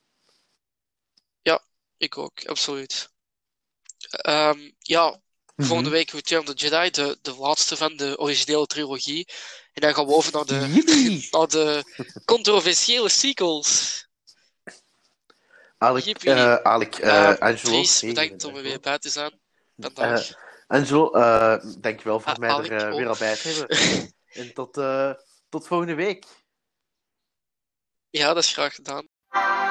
Ik ook, absoluut. Um, ja, volgende week Return of the Jedi, de, de laatste van de originele trilogie. En dan gaan we over naar de, Yippie! naar de controversiële sequels. Alec, Yippie. uh, Alec uh, Uh, Angelo. Dries, Hey, bedankt om er weer bij te zijn vandaag. Uh, Angelo, uh, dankjewel voor Ah, mij Alec, er uh, weer ook. al bij te hebben. En tot, uh, tot volgende week. Ja, dat is graag gedaan.